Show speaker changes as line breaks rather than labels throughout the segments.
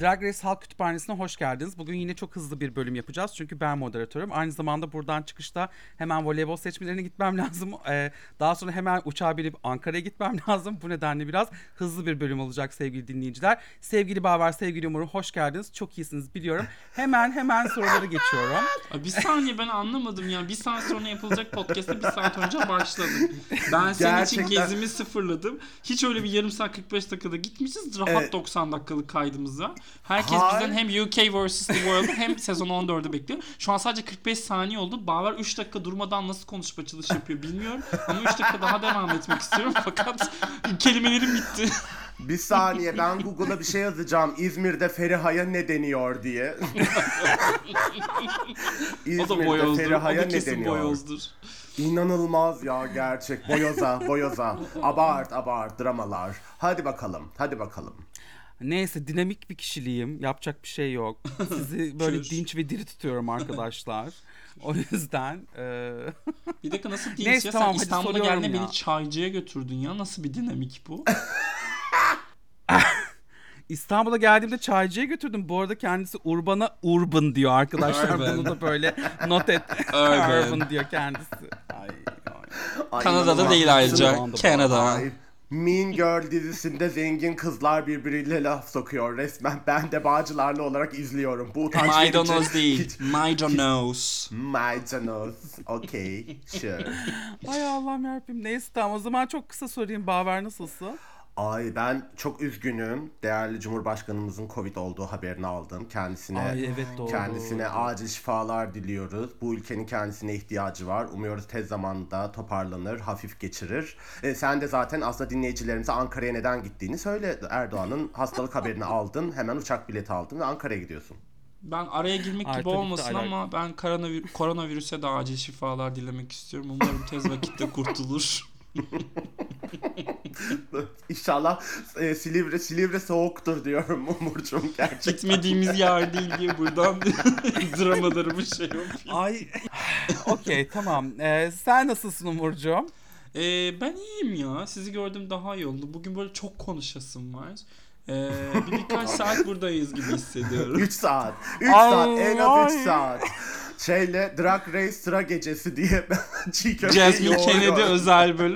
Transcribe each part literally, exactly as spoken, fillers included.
Drag Race Halk Kütüphanesi'ne hoş geldiniz. Bugün yine çok hızlı bir bölüm yapacağız çünkü ben moderatörüm. Aynı zamanda buradan çıkışta hemen voleybol seçmelerine gitmem lazım. Ee, daha sonra hemen uçağa binip Ankara'ya gitmem lazım. Bu nedenle biraz hızlı bir bölüm olacak sevgili dinleyiciler. Sevgili Baver, sevgili Umur, hoş geldiniz. Çok iyisiniz biliyorum. Hemen hemen soruları geçiyorum.
Bir saniye, ben anlamadım ya. Bir saat sonra yapılacak podcast'a bir saat önce başladık. Ben senin
Gerçekten...
için gezimi sıfırladım. Hiç öyle bir yarım saat kırk beş dakikada gitmişiz. Rahat evet. doksan dakikalık kaydımız var. Herkes Hayır. bizden hem U K versus The World hem sezon on dördü bekliyor. Şu an sadece kırk beş saniye oldu. Baver üç dakika durmadan nasıl konuşup açılış yapıyor bilmiyorum. Ama üç dakika daha devam etmek istiyorum. Fakat kelimelerim bitti.
Bir saniye, ben Google'a bir şey yazacağım. İzmir'de Feriha'ya ne deniyor diye.
İzmir'de Feriha'ya ne deniyor? Boyozdur.
İnanılmaz ya, gerçek. Boyoza, boyoza. Abart, abart, dramalar. Hadi bakalım, hadi bakalım.
Neyse, dinamik bir kişiliğim. Yapacak bir şey yok. Sizi böyle dinç ve diri tutuyorum arkadaşlar. O yüzden... E...
Bir dakika, nasıl dinç Neyse, ya? Tamam, sen İstanbul'a geldiğinde beni çaycıya götürdün ya. Nasıl bir dinamik bu?
İstanbul'a geldiğimde çaycıya götürdüm. Bu arada kendisi Urban'a Urban diyor arkadaşlar. Bunu da böyle not et. Urban diyor kendisi. Ay,
ay. Kanada'da değil ayrıca. Kanada.
Mean Girl dizisinde zengin kızlar birbiriyle laf sokuyor resmen. Ben de Bağcılarlı olarak izliyorum. Bu utanç verici.
Maydanoz değil. Maydanoz.
Maydanoz. Okay. Sure.
Ay Allah'ım yarabbim. Neyse, tamam. O zaman çok kısa sorayım. Baver, nasılsın?
Ay, ben çok üzgünüm. Değerli Cumhurbaşkanımızın Covid olduğu haberini aldım. Kendisine
Ay, evet, doğru,
kendisine
doğru.
acil şifalar diliyoruz. Bu ülkenin kendisine ihtiyacı var. Umuyoruz tez zamanda toparlanır, hafif geçirir. E, sen de zaten aslında dinleyicilerimize Ankara'ya neden gittiğini söyle. Erdoğan'ın hastalık haberini aldın. Hemen uçak bileti aldın ve Ankara'ya gidiyorsun.
Ben araya girmek
Ay,
gibi olmasın ama ben koronavir- koronavirüse de acil şifalar dilemek istiyorum. Umarım tez vakitte kurtulur.
İnşallah e, Silivri Silivri soğuktur diyorum Umurcuğum, gerçekten.
Gitmediğimiz yer değil diye buradan dramalarımı şey yapayım.
Ay, okey, tamam. Ee, sen nasılsın Umurcuğum?
Ee, ben iyiyim ya. Sizi gördüm, daha iyi oldu. Bugün böyle çok konuşasım var. Ee, bir birkaç saat buradayız gibi hissediyorum.
üç saat. üç saat. En az üç saat. Şeyle Drag Race sıra gecesi diye çiğ köfteyi
Jasmine Kennedy özel bölüm.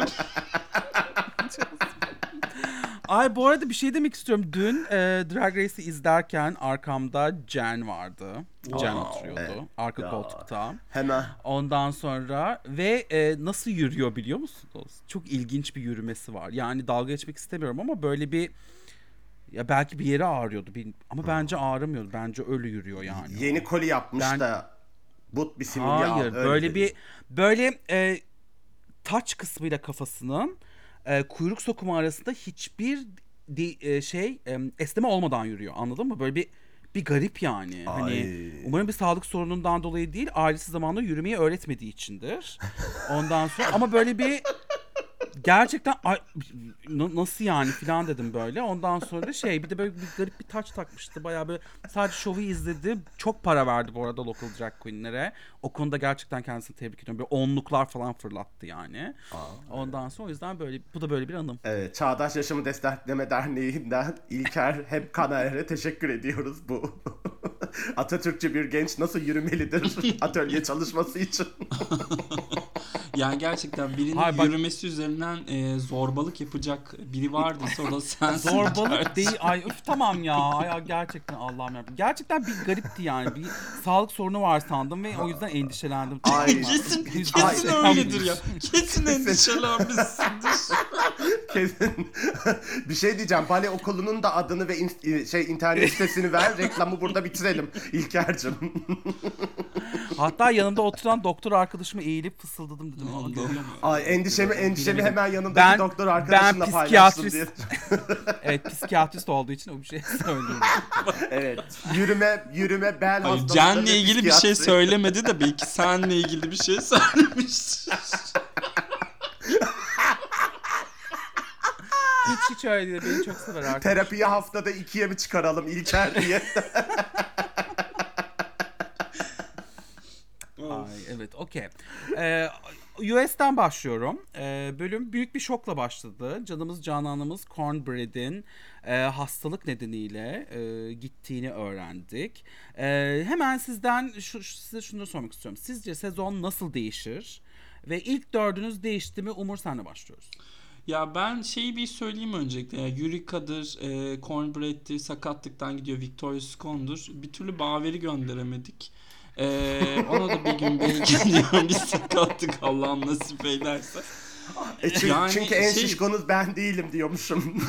Ay, bu arada bir şey demek istiyorum. Dün e, Drag Race'i izlerken arkamda Jen vardı. Jen wow. oturuyordu. Evet. Arka ya. koltukta.
Hemen.
Ondan sonra ve e, nasıl yürüyor biliyor musunuz? Çok ilginç bir yürümesi var. Yani dalga geçmek istemiyorum ama böyle bir, ya belki bir yere ağrıyordu. Ama hmm. bence ağrımıyordu. Bence öyle yürüyor yani.
Yeni koli yapmış ben... da but bir simülye al.
Hayır, böyle bir böyle e, taç kısmıyla kafasının e, kuyruk sokumu arasında hiçbir di, e, şey e, esneme olmadan yürüyor. Anladın mı? Böyle bir bir garip yani. Ay. Hani umarım bir sağlık sorunundan dolayı değil, ailesi zamanında yürümeyi öğretmediği içindir. Ondan sonra ama böyle bir gerçekten ay, nasıl yani falan dedim böyle. Ondan sonra şey, bir de böyle bir garip bir taç takmıştı. Bayağı böyle sadece şovu izledi. Çok para verdi bu arada local drag queen'lere. O konuda gerçekten kendisini tebrik ediyorum. Böyle onluklar falan fırlattı yani. Aa, Ondan evet. sonra o yüzden böyle, bu da böyle bir anım.
Evet, Çağdaş Yaşamı Destekleme Derneği'nden İlker Hep Kaner'e teşekkür ediyoruz bu. Atatürkçü bir genç nasıl yürümelidir atölye çalışması için.
Yani gerçekten birinin Hayır, yürümesi bak... üzerinden e, zorbalık yapacak biri vardıysa o da sensin.
Zorbalık değil. Ay öf, tamam ya. Ay, gerçekten Allah'ım yarabbim. Gerçekten bir garipti yani. Bir sağlık sorunu var sandım ve o yüzden endişelendim.
Ay, kesin kesin Ay, öyledir ya. Kesin endişelenmişsindir.
Kesin. Bir şey diyeceğim. Bale okulunun da adını ve in- şey internet sitesini ver. Reklamı burada bitirelim İlker'cim.
Hatta yanımda oturan doktor arkadaşıma eğilip fısıldadım dedim.
Ay, endişemi endişemi hemen yanındaki ben, doktor arkadaşımla
ben
paylaştım diye.
Evet, psikiyatrist olduğu için o bir şey söylüyorum.
Evet. Yürüme yürüme bel hastalığı.
Can'la ilgili bir şey söylemedi de belki seninle ilgili bir şey söylemiş.
Hiç hiç öyle değil. Beni çok sever arkadaşım.
Terapiyi haftada ikiye mi çıkaralım İlker diye.
Ay evet, okey. Ee, U S'ten başlıyorum. Ee, bölüm büyük bir şokla başladı. Canımız cananımız Cornbread'in e, hastalık nedeniyle e, gittiğini öğrendik. E, hemen sizden şu, şu- size şunu sormak istiyorum. Sizce sezon nasıl değişir? Ve ilk dördünüz değişti mi? Umur, senle başlıyoruz.
Ya ben şeyi bir söyleyeyim öncelikle. Ya Eureka'dır, e, Cornbread'tir, sakatlıktan gidiyor, Victoria Scone'dur. Bir türlü Bauer'i gönderemedik. E, ona da bir gün belki diyorum bir sakatlık Allah'ım nasip eylerse.
E çünkü,
Yani
çünkü en
şey-
şişkonuz ben değilim diyormuşum.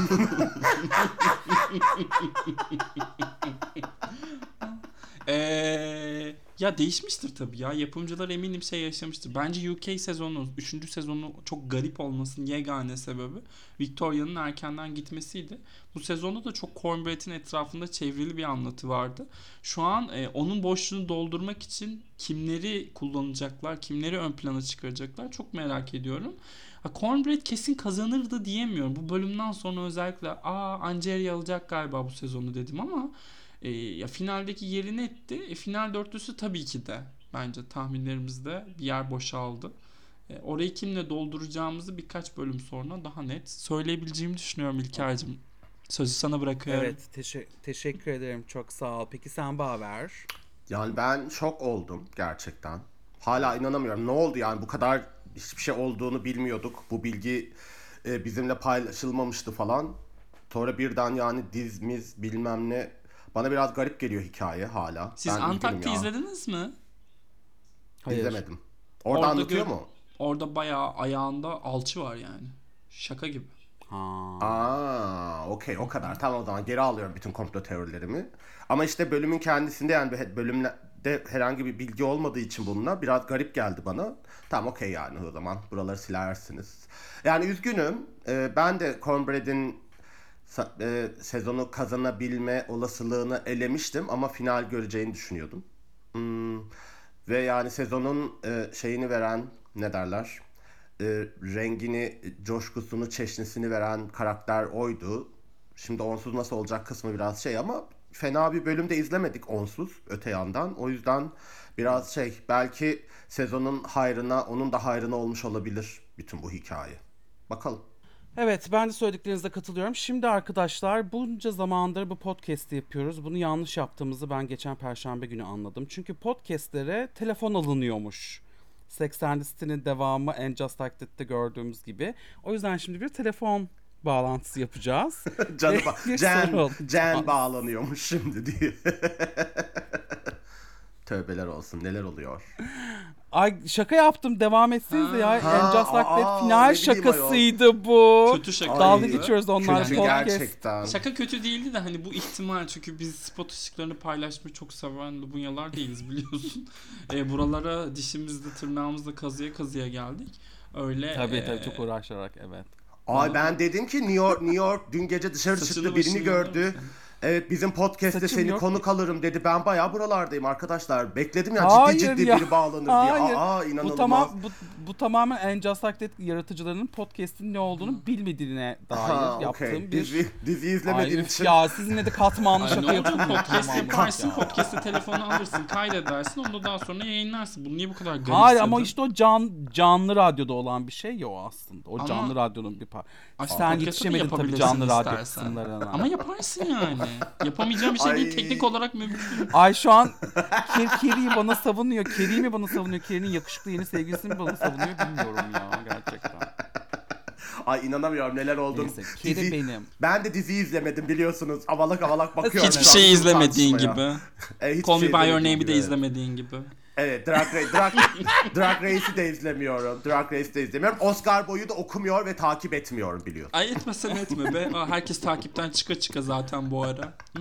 Ee, ya değişmiştir tabii ya. Yapımcılar eminim şey yaşamıştır. Bence U K sezonu, üçüncü sezonu çok garip olmasının yegane sebebi Victoria'nın erkenden gitmesiydi. Bu sezonda da çok Cornbread'in etrafında çevrili bir anlatı vardı. Şu an e, onun boşluğunu doldurmak için kimleri kullanacaklar, kimleri ön plana çıkaracaklar çok merak ediyorum. Ha, Cornbread kesin kazanırdı diyemiyorum. Bu bölümden sonra özellikle aa Angeria alacak galiba bu sezonu dedim ama e, ya finaldeki yeri netti. E, final dörtlüsü tabii ki de bence tahminlerimizde bir yer boşaldı. E, orayı kimle dolduracağımızı birkaç bölüm sonra daha net söyleyebileceğimi düşünüyorum İlker'cim. Sözü sana bırakıyorum.
Evet, teşe- teşekkür ederim. Çok sağ ol. Peki sen Baver?
Yani ben şok oldum gerçekten. Hala inanamıyorum. Ne oldu yani, bu kadar hiçbir şey olduğunu bilmiyorduk. Bu bilgi e, bizimle paylaşılmamıştı falan. Sonra birden yani dizimiz bilmem ne. Bana biraz garip geliyor hikaye hala.
Siz
Ben üzgünüm
Antak'ta
ya.
izlediniz mi?
Hayır.
İzlemedim. Orada,
Orada
anlatıyor
gör-
mu?
Orada bayağı ayağında alçı var yani. Şaka gibi.
Ha.
Aa, okey, o kadar. Tamam, o zaman geri alıyorum bütün komplo teorilerimi. Ama işte bölümün kendisinde yani bir- bölümde herhangi bir bilgi olmadığı için bununla biraz garip geldi bana. Tamam, okey yani, o zaman buraları silersiniz. Yani üzgünüm. Ee, ben de Cornbread'in sa- e, sezonu kazanabilme olasılığını elemiştim ama final göreceğini düşünüyordum. Hmm, Ve yani sezonun e, şeyini veren, ne derler? E, rengini, coşkusunu, çeşnisini veren karakter oydu. Şimdi onsuz nasıl olacak kısmı biraz şey ama fena bir bölümde izlemedik onsuz öte yandan. O yüzden biraz şey, belki sezonun hayrına, onun da hayrına olmuş olabilir bütün bu hikaye. Bakalım.
Evet, ben de söylediklerinize katılıyorum. Şimdi arkadaşlar, bunca zamandır bu podcast'i yapıyoruz. Bunu yanlış yaptığımızı ben geçen Perşembe günü anladım. Çünkü podcast'lere telefon alınıyormuş. Sex and the City'nin devamı And Just Like That'te gördüğümüz gibi. O yüzden şimdi bir telefon bağlantısı yapacağız.
Canı
Bir
ba-
soru
Can,
alacağız.
Can bağlanıyormuş şimdi diye. Tövbeler olsun, neler oluyor.
Ay şaka yaptım, devam etsenize ya.
Ha,
And Just Like
aa,
That
ne
final
bileyim ayol.
şakasıydı bu.
Kötü şaka.
Dalga
Ay,
geçiyoruz onlarla
kötü
podcast.
gerçekten.
Şaka kötü değildi de hani bu ihtimal, çünkü biz spot ışıklarını paylaşmayı çok seven Lubunyalar değiliz biliyorsun. e, buralara dişimizle tırnağımızla kazıya kazıya geldik. Öyle.
Tabii
e,
tabii, çok uğraşarak, evet.
Ay ben dedim ki New York, New York dün gece dışarı
Saçını
çıktı, birini
başını
gördü.
yorar mısın?
Evet, bizim podcast'te
Saçım
seni
yok
konuk alırım dedi. Ben bayağı buralardayım arkadaşlar. Bekledim ya,
Hayır
ciddi ciddi
ya.
biri bağlanır diye.
Hayır.
Aa, inanılmaz.
Bu tamam bu, bu tamamen And Just Like That yaratıcılarının podcast'in ne olduğunu bilmediğine dair
Ha,
yaptığım
okey.
bir...
Dizi, dizi
Ay,
izlemediğim
üf
için.
ya, sizinle de katmanlı
Ay,
şaka
ne olacak,
yapılmıyor.
podcast
Tamam,
yaparsın,
ya.
podcast'te telefonu alırsın, kaydedersin, onu da daha sonra yayınlarsın. Bu niye bu kadar garipsedin?
Hayır ama işte o can, canlı radyoda olan bir şey ya o aslında. O
Ama-
canlı radyonun bir parçası.
Ay,
Sen
podcast'ta da
yetişemedin tabii
yapabilirsin
canlı radyo
istersen.
kısımlarına.
Ama yaparsın yani. Yapamayacağım bir şey değil,
Ay.
teknik olarak mümkün.
Ay şu an Ker Kerry bana savunuyor. Kerry mi bana savunuyor? Kerry'nin yakışıklı yeni sevgilisi mi bana savunuyor bilmiyorum ya gerçekten.
Ay inanamıyorum neler oldu.
Neyse, Kerry benim.
Ben de diziyi izlemedim biliyorsunuz. Avalak avalak bakıyorum.
Hiçbir
şu an
şey
bu
izlemediğin
tartışmaya.
gibi.
E, hiçbir
Call
şey
Me By Your
izlemediğim
Name'i de
gibi, evet.
izlemediğin gibi.
Evet, Drag Race, Drag, Drag Race'i de izlemiyorum. Drag Race'i de izlemiyorum. Oscar boyu da okumuyor ve takip etmiyorum biliyorsun.
Ay etmesen etme be. Aa, herkes takipten çıka çıka zaten bu ara. Hı.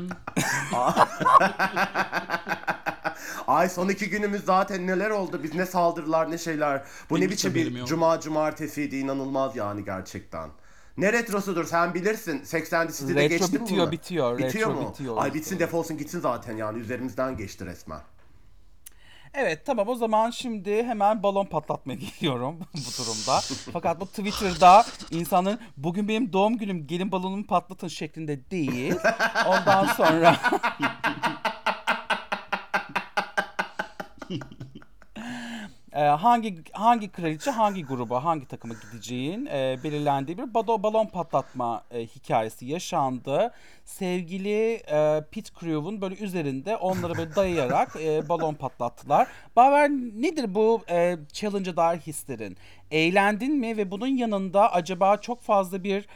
Ay son iki günümüz zaten neler oldu. Biz ne saldırılar ne şeyler. Bu
Benim
ne
hiç
biçim
haberim
bir
yok.
cuma cumartesiydi, inanılmaz yani gerçekten. Ne retrosudur sen bilirsin. seksen City'de
Retro
geçti mi
bitiyor,
bunu?
bitiyor.
Bitiyor
Retro
mu?
bitiyor.
Ay bitsin defolsun gitsin zaten yani, üzerimizden geçti resmen.
Evet tamam, o zaman şimdi hemen balon patlatmaya geliyorum bu durumda. Fakat bu Twitter'da insanların bugün benim doğum günüm, gelin balonumu patlatın şeklinde değil. Ondan sonra... e, hangi hangi kraliçe hangi gruba hangi takıma gideceğin e, belirlendiği bir bado, balon patlatma e, hikayesi yaşandı. Sevgili e, pit crew'un böyle üzerinde onları böyle dayayarak e, balon patlattılar. Baver, nedir bu e, challenge'a dair hislerin? Eğlendin mi ve bunun yanında acaba çok fazla bir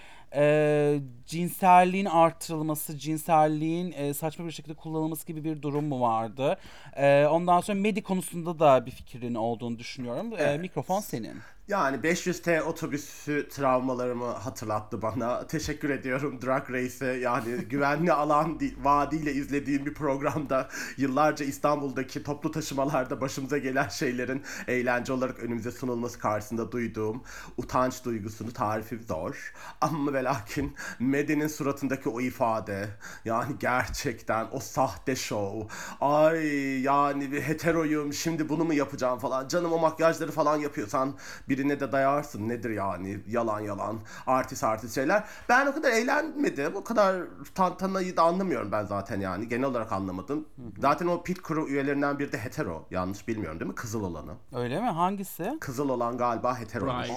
e, cinselliğin artırılması, cinselliğin e, saçma bir şekilde kullanılması gibi bir durum mu vardı? E, ondan sonra Medi konusunda da bir fikrin olduğunu düşünüyorum. E,
Evet.
mikrofon senin.
Yani beş yüz T otobüsü travmalarımı hatırlattı bana. Teşekkür ediyorum Drag Race'e. Yani güvenli alan di- vaadiyle izlediğim bir programda yıllarca İstanbul'daki toplu taşımalarda başımıza gelen şeylerin eğlence olarak önümüze sunulması karşısında duyduğum utanç duygusunu tarifi zor. Ama ve lakin Medi'nin suratındaki o ifade, yani gerçekten o sahte şov. Ay yani bir heteroyum, şimdi bunu mu yapacağım falan. Canım, o makyajları falan yapıyorsan birine de dayarsın, nedir yani, yalan yalan artist artist şeyler. Ben o kadar eğlenmedim, o kadar tantanayı da anlamıyorum ben zaten, yani genel olarak anlamadım. Hı hı. Zaten o pit crew üyelerinden biri de hetero, yanlış bilmiyorum değil mi, kızıl olanı?
Öyle mi, hangisi?
Kızıl olan galiba hetero.
Bryce.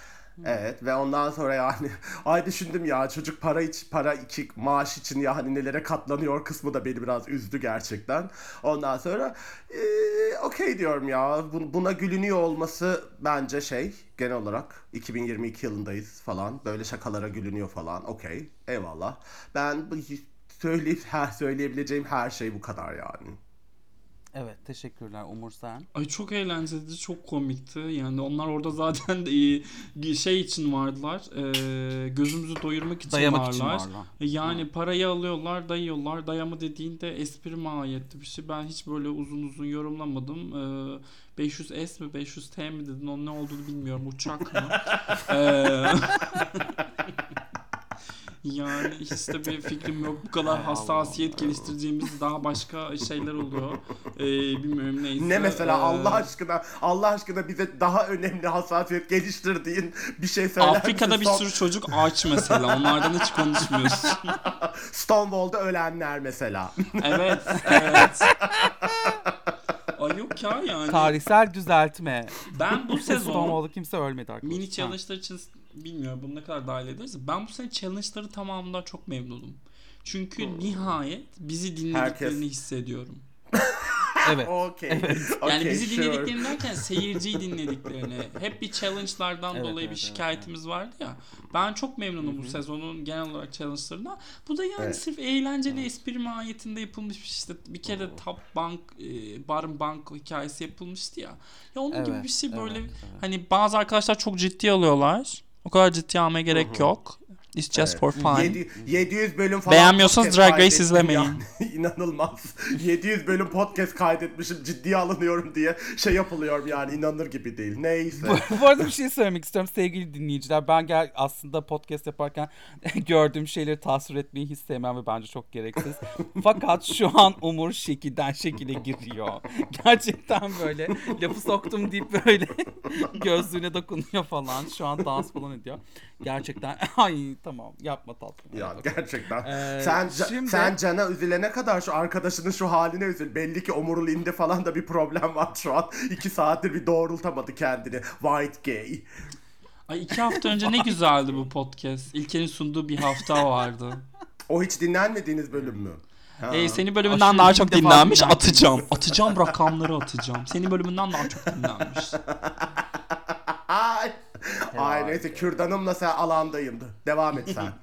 Evet, ve ondan sonra yani ay düşündüm ya, çocuk para iç para iki maaş için yani nelere katlanıyor kısmı da beni biraz üzdü gerçekten. Ondan sonra ee, okey diyorum ya, Bu- buna gülünüyor olması bence şey, genel olarak iki bin yirmi iki yılındayız falan, böyle şakalara gülünüyor falan, okey, eyvallah. Ben bu söyleyip her söyleyebileceğim her şey bu kadar yani.
Evet, teşekkürler Umur, sen.
Ay çok eğlenceli, çok komikti. Yani onlar orada zaten de e, şey için vardılar. E, gözümüzü doyurmak için
Dayamak
varlar.
için varlar.
Yani Hı. parayı alıyorlar, dayıyorlar. Dayama dediğinde espri mahiyetli bir şey. Ben hiç böyle uzun uzun yorumlamadım. E, beş yüz S mi beş yüz T mi dedin? Onun ne olduğunu bilmiyorum. Uçak mı? e, Yani hiç de bir fikrim yok. Bu kadar hassasiyet geliştireceğimiz daha başka şeyler oluyor. Ee, bilmiyorum neyse.
Ne mesela,
Ee,
Allah aşkına Allah aşkına bize daha önemli hassasiyet geliştirdiğin bir şey söyler misin?
Afrika'da bir
Son-
sürü çocuk aç mesela. Onlardan hiç konuşmuyorsun.
Stonewall'da ölenler mesela.
Evet, evet. Ay yok ya yani.
Tarihsel düzeltme.
Ben bu sezon
Stonewall'da kimse ölmedi arkadaşlar.
mini challenge'lar için bilmiyorum bunu ne kadar dahil ederiz. Ben bu sene challenge'ları tamamından çok memnunum. Çünkü nihayet bizi dinlediklerini
Herkes-
hissediyorum.
Evet.
Okey.
Yani
Okey,
bizi
sure.
dinlediklerini derken seyirciyi dinlediklerini. Hep bir challenge'lardan
Evet,
dolayı
evet,
bir
evet,
şikayetimiz vardı ya. Ben çok memnunum bu sezonun genel olarak challenge'larından. Bu da yani
Evet.
sırf eğlenceli espri mahiyetinde yapılmış bir şey. İşte bir kere de Top Bank, e, Barın Bank hikayesi yapılmıştı ya. Ya onun gibi
Evet,
bir şey böyle
evet, evet.
hani bazı arkadaşlar çok ciddi alıyorlar. O kadar ciddi almaya gerek yok. It's just
Evet.
for fun.
Yedi- yedi yüz bölüm falan
Beğenmiyorsanız
podcast
Drag Race
kaydettim
izlemeyin.
yani. İnanılmaz. yedi yüz bölüm podcast kaydetmişim, ciddiye alınıyorum diye şey yapılıyorum yani, inanılır gibi değil. Neyse.
Bu arada bir şey söylemek istiyorum sevgili dinleyiciler. Ben gel aslında podcast yaparken gördüğüm şeyleri tasvir etmeyi hiç sevmem ve bence çok gereksiz. Fakat şu an Umur şekilden şekile giriyor. Gerçekten böyle lafı soktum deyip böyle gözlüğüne dokunuyor falan. Şu an dans falan ediyor. Gerçekten ay tamam yapma tatlım.
Ya
Evet,
gerçekten.
Ee,
sen ca-
şimdi-
sen Can'a üzülene kadar şu arkadaşının şu haline üzül. Belli ki omuriliğinde falan da bir problem var şu an. İki saattir bir doğrultamadı kendini. White gay.
Ay iki hafta önce ne güzeldi bu podcast. İlker'in sunduğu bir hafta vardı.
O hiç dinlenmediğiniz bölüm mü? Ha.
Ee, senin bölümünden
Aşırı
daha
bin
çok
defa
dinlenmiş.
dinlenmiş.
Atacağım. Atacağım rakamları atacağım. Senin bölümünden daha çok dinlenmiş.
Ay. Ay neyse, kürdanımla sen alandayım. Devam et sen.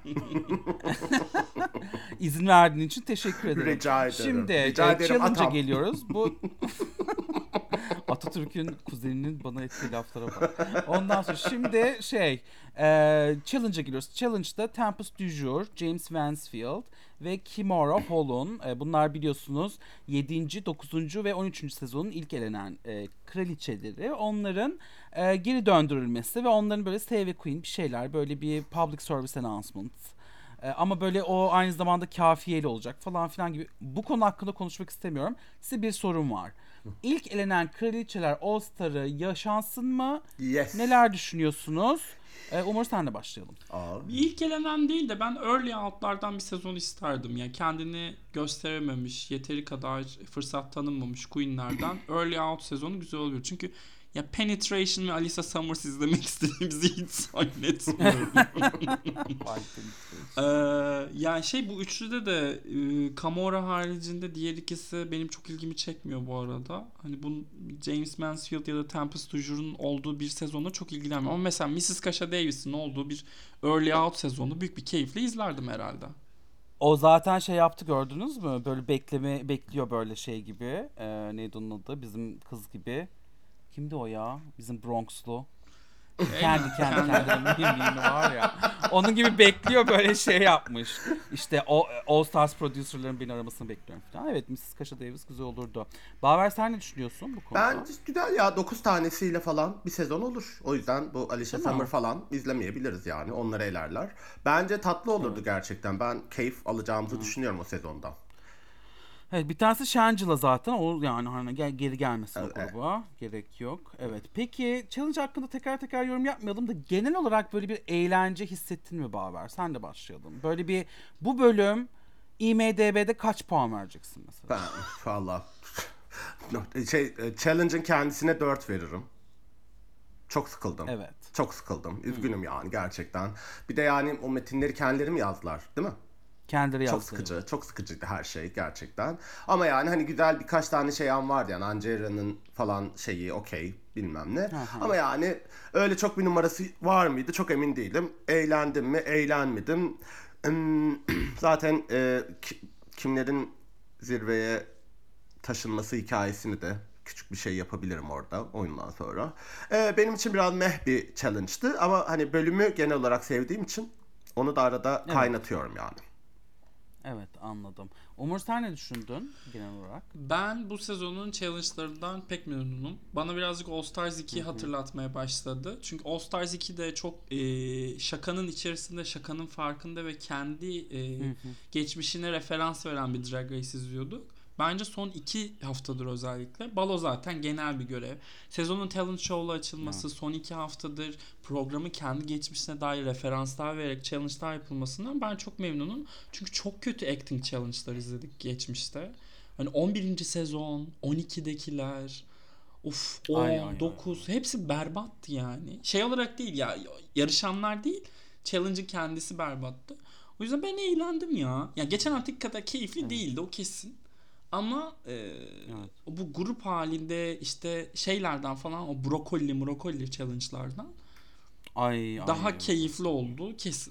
İzin verdiğin için teşekkür ederim.
Rica ederim.
Şimdi
Rica
e,
ederim,
challenge'a
atam.
geliyoruz. Bu Atatürk'ün kuzeninin bana ettiği laflara bak. Ondan sonra şimdi şey e, challenge'a giriyoruz. Challenge'da Tempest du Jour, James Mansfield ve Kimora Hall'un e, bunlar biliyorsunuz yedinci, dokuzuncu ve on üçüncü sezonun ilk elenen e, kraliçeleri. Onların e, geri döndürülmesi ve onların böyle Save a Queen bir şeyler, böyle bir public service announcement. Ee, ama böyle o aynı zamanda kafiyeli olacak falan filan gibi. Bu konu hakkında konuşmak istemiyorum. Size bir sorum var. İlk elenen kraliçeler All Star'ı yaşansın mı?
Yes.
Neler düşünüyorsunuz? Ee, Umur senle başlayalım.
Aa.
İlk elenen değil de ben early out'lardan bir sezon isterdim. Yani kendini gösterememiş, yeteri kadar fırsat tanınmamış queenlerden early out sezonu güzel oluyor. Çünkü Ya Penetration ve Alyssa Summers izlemek istediğimizi hiç zannetmiyorum. ee, yani şey bu üçlüde de e, Gamora haricinde diğer ikisi benim çok ilgimi çekmiyor bu arada. Hani bu James Mansfield ya da Tempest Tujur'un olduğu bir sezonda çok ilgilenmiyorum. Ama mesela missus Kasha Davis'in olduğu bir Early Out sezonu büyük bir keyifle izlerdim herhalde.
O zaten şey yaptı, gördünüz mü? Böyle bekleme bekliyor böyle şey gibi. Ee, neydi onun adı? Bizim kız gibi. Kimdi o ya? Bizim Bronxlu. kendi kendi kendine mimimi var ya. Onun gibi bekliyor, böyle şey yapmış. İşte o All Stars producerların beni aramasını bekliyorum falan. Evet, missus Kasha Davis güzel olurdu. Baver, sen ne düşünüyorsun bu konuda?
Ben güzel ya, dokuz tanesiyle falan bir sezon olur. O yüzden bu Alicia Summer falan izlemeyebiliriz yani. Onları elerler. Bence tatlı olurdu evet. Gerçekten. Ben keyif alacağımızı Hı. düşünüyorum o sezonda.
Evet, bir tanesi Shangela zaten. O yani hani gel, geri gelmesin evet. o gruba. Gerek yok. Evet. Peki challenge hakkında tekrar tekrar yorum yapmayalım da genel olarak böyle bir eğlence hissettin mi Baver? Sen de başlayalım. Böyle bir bu bölüm I M D B'de kaç puan vereceksin mesela?
Ben valla şey challenge'ın kendisine dört veririm. Çok sıkıldım.
Evet.
Çok sıkıldım. Üzgünüm hmm. yani gerçekten. Bir de yani o metinleri kendileri mi yazdılar, değil mi?
Kendileri
çok sıkıcı, çok sıkıcıydı her şey gerçekten. Ama yani hani güzel birkaç tane şey an vardı yani Angela'nın falan şeyi okey bilmem ne. Aha. Ama yani öyle çok bir numarası var mıydı çok emin değilim. Eğlendim mi, eğlenmedim. Zaten e, kimlerin zirveye taşınması hikayesini de küçük bir şey yapabilirim orada oyundan sonra. E, benim için biraz meh bir challenge'tı ama hani bölümü genel olarak sevdiğim için onu da arada evet. kaynatıyorum yani.
Evet, anladım. Umur, sen ne düşündün genel olarak?
Ben bu sezonun challenge'larından pek memnunum. Bana birazcık All Stars ikiyi Hı-hı. hatırlatmaya başladı. Çünkü All Stars iki de çok e, şakanın içerisinde, şakanın farkında ve kendi e, geçmişine referans veren bir Drag Race izliyorduk. Bence son iki haftadır özellikle. Balo zaten genel bir görev. Sezonun talent show'la açılması, evet. son iki haftadır programı kendi geçmişine dair referanslar vererek challenge'lar yapılmasından ben çok memnunum. Çünkü çok kötü acting challenge'lar izledik geçmişte. Hani on birinci sezon, on ikidekiler, of on, dokuz hepsi berbattı yani. Şey olarak değil ya, yarışanlar değil, challenge'ın kendisi berbattı. O yüzden ben eğlendim ya. Ya geçen haftaki kadar keyifli evet. değildi, o kesin. Ama e, evet. bu grup halinde işte şeylerden falan, o brokoli brokoli challenge'lardan
ay,
daha
ay,
keyifli oldu kesin.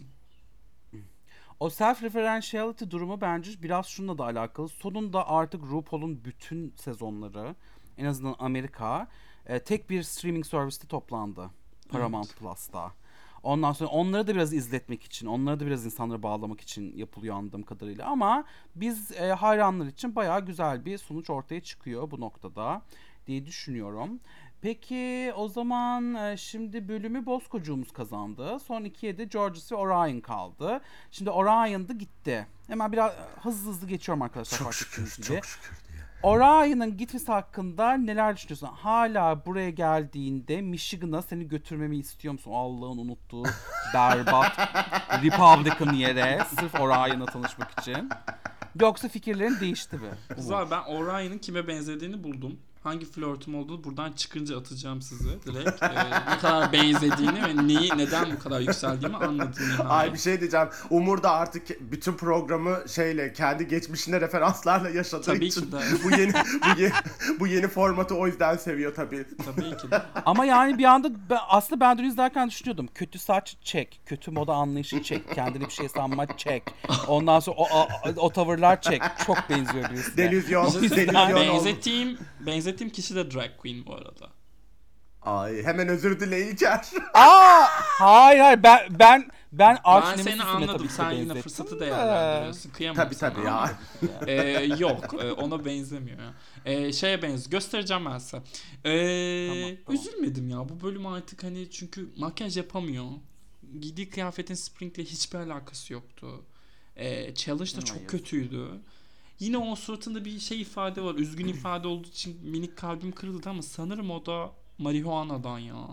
O self-referentiality durumu bence biraz şununla da alakalı. Sonunda artık RuPaul'un bütün sezonları, en azından Amerika, e, tek bir streaming serviste toplandı. Paramount evet. Plus'ta. Ondan sonra onları da biraz izletmek için, onları da biraz insanlara bağlamak için yapılıyor anladığım kadarıyla. Ama biz e, hayranlar için bayağı güzel bir sonuç ortaya çıkıyor bu noktada diye düşünüyorum. Peki o zaman e, şimdi bölümü Bozkocuğumuz kazandı. Son ikiye de Georges ve Orion kaldı. Şimdi Orion da gitti. Hemen biraz hızlı hızlı geçiyorum arkadaşlar.
Çok şükür, çok şükür.
Orion'un gitmesi hakkında neler düşünüyorsun? Hala buraya geldiğinde Michigan'a seni götürmemi istiyor musun? Allah'ın unuttuğu berbat Republican yere sırf Orion'la tanışmak için. Yoksa fikirlerin değişti mi?
Güzel, ben Orion'un kime benzediğini buldum. Hangi flörtüm olduğunu buradan çıkınca atacağım size direkt. Ee, ne kadar benzediğini ve neyi, neden bu kadar yükseldiğimi anladım. Yani.
Ay bir şey diyeceğim. Umur da artık bütün programı şeyle, kendi geçmişine referanslarla yaşadığı
tabii
için
ki de.
bu yeni bu yeni bu yeni formatı o yüzden seviyor tabii.
Tabii ki de.
Ama yani bir anda ben, aslında ben dün izlerken düşünüyordum. Kötü saç çek, kötü moda anlayışı çek, kendini bir şey sanma çek. Ondan sonra o, o, o tavırlar çek. Çok benziyor birisine.
Delüzyon. Delüzyon.
Benzettiğim benzettiğim kişi de drag queen bu arada.
Ay hemen özür dile İlker.
Aa hayır hayır ben ben ben
Ben seni anladım. Sen yine fırsatı değerlendiriyorsun. Kıyamam.
Tabii tabii ya.
ee, yok ona benzemiyor ya. Ee, şeye benziyor. Göstereceğim ben size. Ee, tamam, tamam. Üzülmedim ya bu bölüm artık, hani çünkü makyaj yapamıyor. Giydiği kıyafetin Spring'le hiçbir alakası yoktu. Ee, challenge da çok yazık. Kötüydü. Yine o suratında bir şey ifade var. Üzgün ifade olduğu için minik kalbim kırıldı ama sanırım o da marihuanadan ya.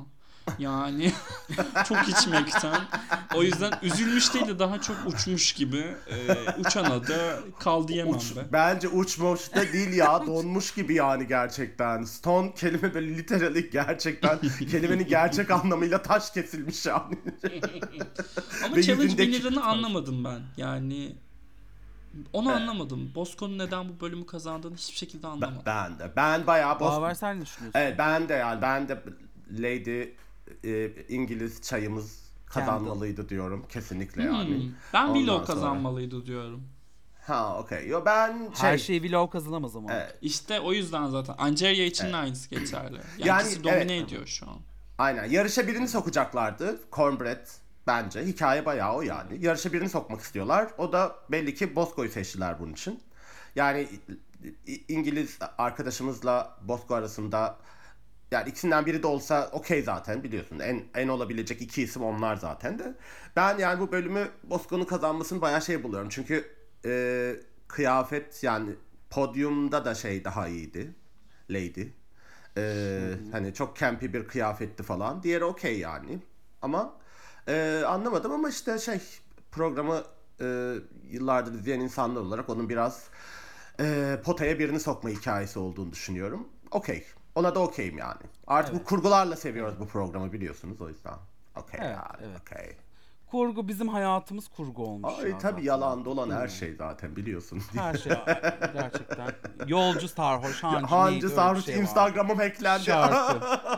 Yani çok içmekten. O yüzden üzülmüş değil de daha çok uçmuş gibi. Ee, uçan adı kal diyemem
Uç,
be.
bence uçmuş da değil ya, donmuş gibi yani gerçekten. Stone kelime böyle literally gerçekten kelimenin gerçek anlamıyla taş kesilmiş yani.
Ama
Ve
challenge
yüzündeki-
winner'ını anlamadım ben. Yani onu anlamadım. Bosco'nun neden bu bölümü kazandığını hiçbir şekilde
Ben,
anlamadım.
ben de. Ben bayağı boş...
Baver sen ne düşünüyorsun?
Evet, ben de yani ben de Lady e, İngiliz çayımız kazanmalıydı diyorum kesinlikle yani.
Hmm, ben
Ondan
Willow
sonra-
kazanmalıydı diyorum.
Ha okey. Yo ben şey
Her şeyi Willow kazanamaz ama.
Evet.
İşte o yüzden zaten Angeria için de aynısı geçerli. Yani,
Yani,
ikisi domine
evet.
ediyor şu an.
aynen yarışa birini sokacaklardı. Cornbread bence. Hikaye bayağı o yani. Yarışa birini sokmak istiyorlar. O da belli ki Bosco'yu seçtiler bunun için. Yani İ- İngiliz arkadaşımızla Bosco arasında yani ikisinden biri de olsa okey zaten biliyorsun. En en olabilecek iki isim onlar zaten de. Ben yani bu bölümü Bosco'nun kazanmasını bayağı şey buluyorum. Çünkü e, kıyafet yani podyumda da şey daha iyiydi. Lady. E, hani çok campy bir kıyafetti falan. Diğeri okey yani. Ama e, anlamadım ama işte şey programı e, yıllardır izleyen insanlar olarak onun biraz e, potaya birini sokma hikayesi olduğunu düşünüyorum. Okey. Ona da okeyim yani. Artık bu kurgularla seviyoruz bu programı biliyorsunuz o yüzden. Okey
Evet,
yani.
evet.
Okey.
Kurgu bizim hayatımız kurgu olmuş
Ay
ya
tabii
zaten.
yalan dolan her şey zaten biliyorsun.
Her şey gerçekten. Yolcu sarhoş, hancı, neydi,
Hancı
öyle bir
sarhoş
şey var.
Instagram'ım hacklendi.
Şarkı.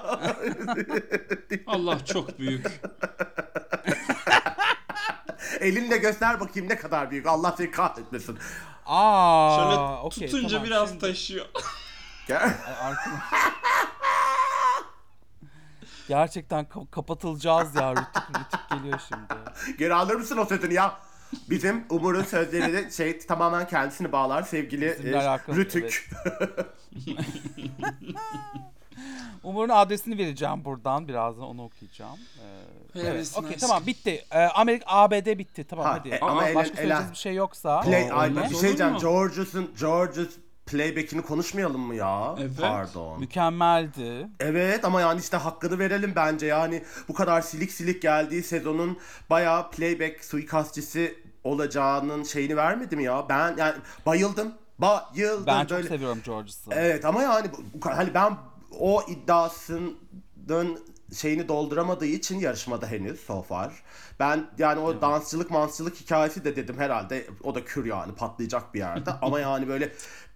Allah çok büyük.
Elinle göster bakayım ne kadar büyük. Allah seni kahretmesin.
Aa,
Şöyle
okey,
tutunca
tamam,
biraz
şimdi-
taşıyor.
Gel.
Ay, arkama- Gerçekten ka- kapatılacağız ya. Rütük rütük geliyor şimdi.
Geri alır mısın o sözünü ya? Bizim Umur'un sözleri de şey tamamen kendisini bağlar sevgili
Bizimle
e,
alakalı,
Rütük.
Umur'un adresini vereceğim buradan. Birazdan onu okuyacağım. Ee, evet,
Neredesin
okey
aşkım?
tamam bitti. Ee, Amerika A B D bitti. Tamam
Ha,
hadi.
e,
ama
Ama
Elen-
başka söyleyeceğiz
Elen-
bir şey yoksa.
Play,
Aa,
ay,
olmaz
bir
olur
şey diyeceğim.
mu?
George'un George's playback'ini konuşmayalım mı ya?
Evet.
Pardon.
Mükemmeldi.
Evet ama yani işte hakkını verelim bence yani bu kadar silik silik geldiği sezonun bayağı playback suikastçisi olacağının şeyini vermedim ya. Ben yani bayıldım. Bayıldım.
Ben çok
böyle.
seviyorum George'sı.
Evet ama yani bu- bu- hani ben o iddiasının şeyini dolduramadığı için yarışmada henüz so far. Ben yani o dansçılık mansçılık hikayesi de dedim herhalde o da kür yani patlayacak bir yerde. Ama yani böyle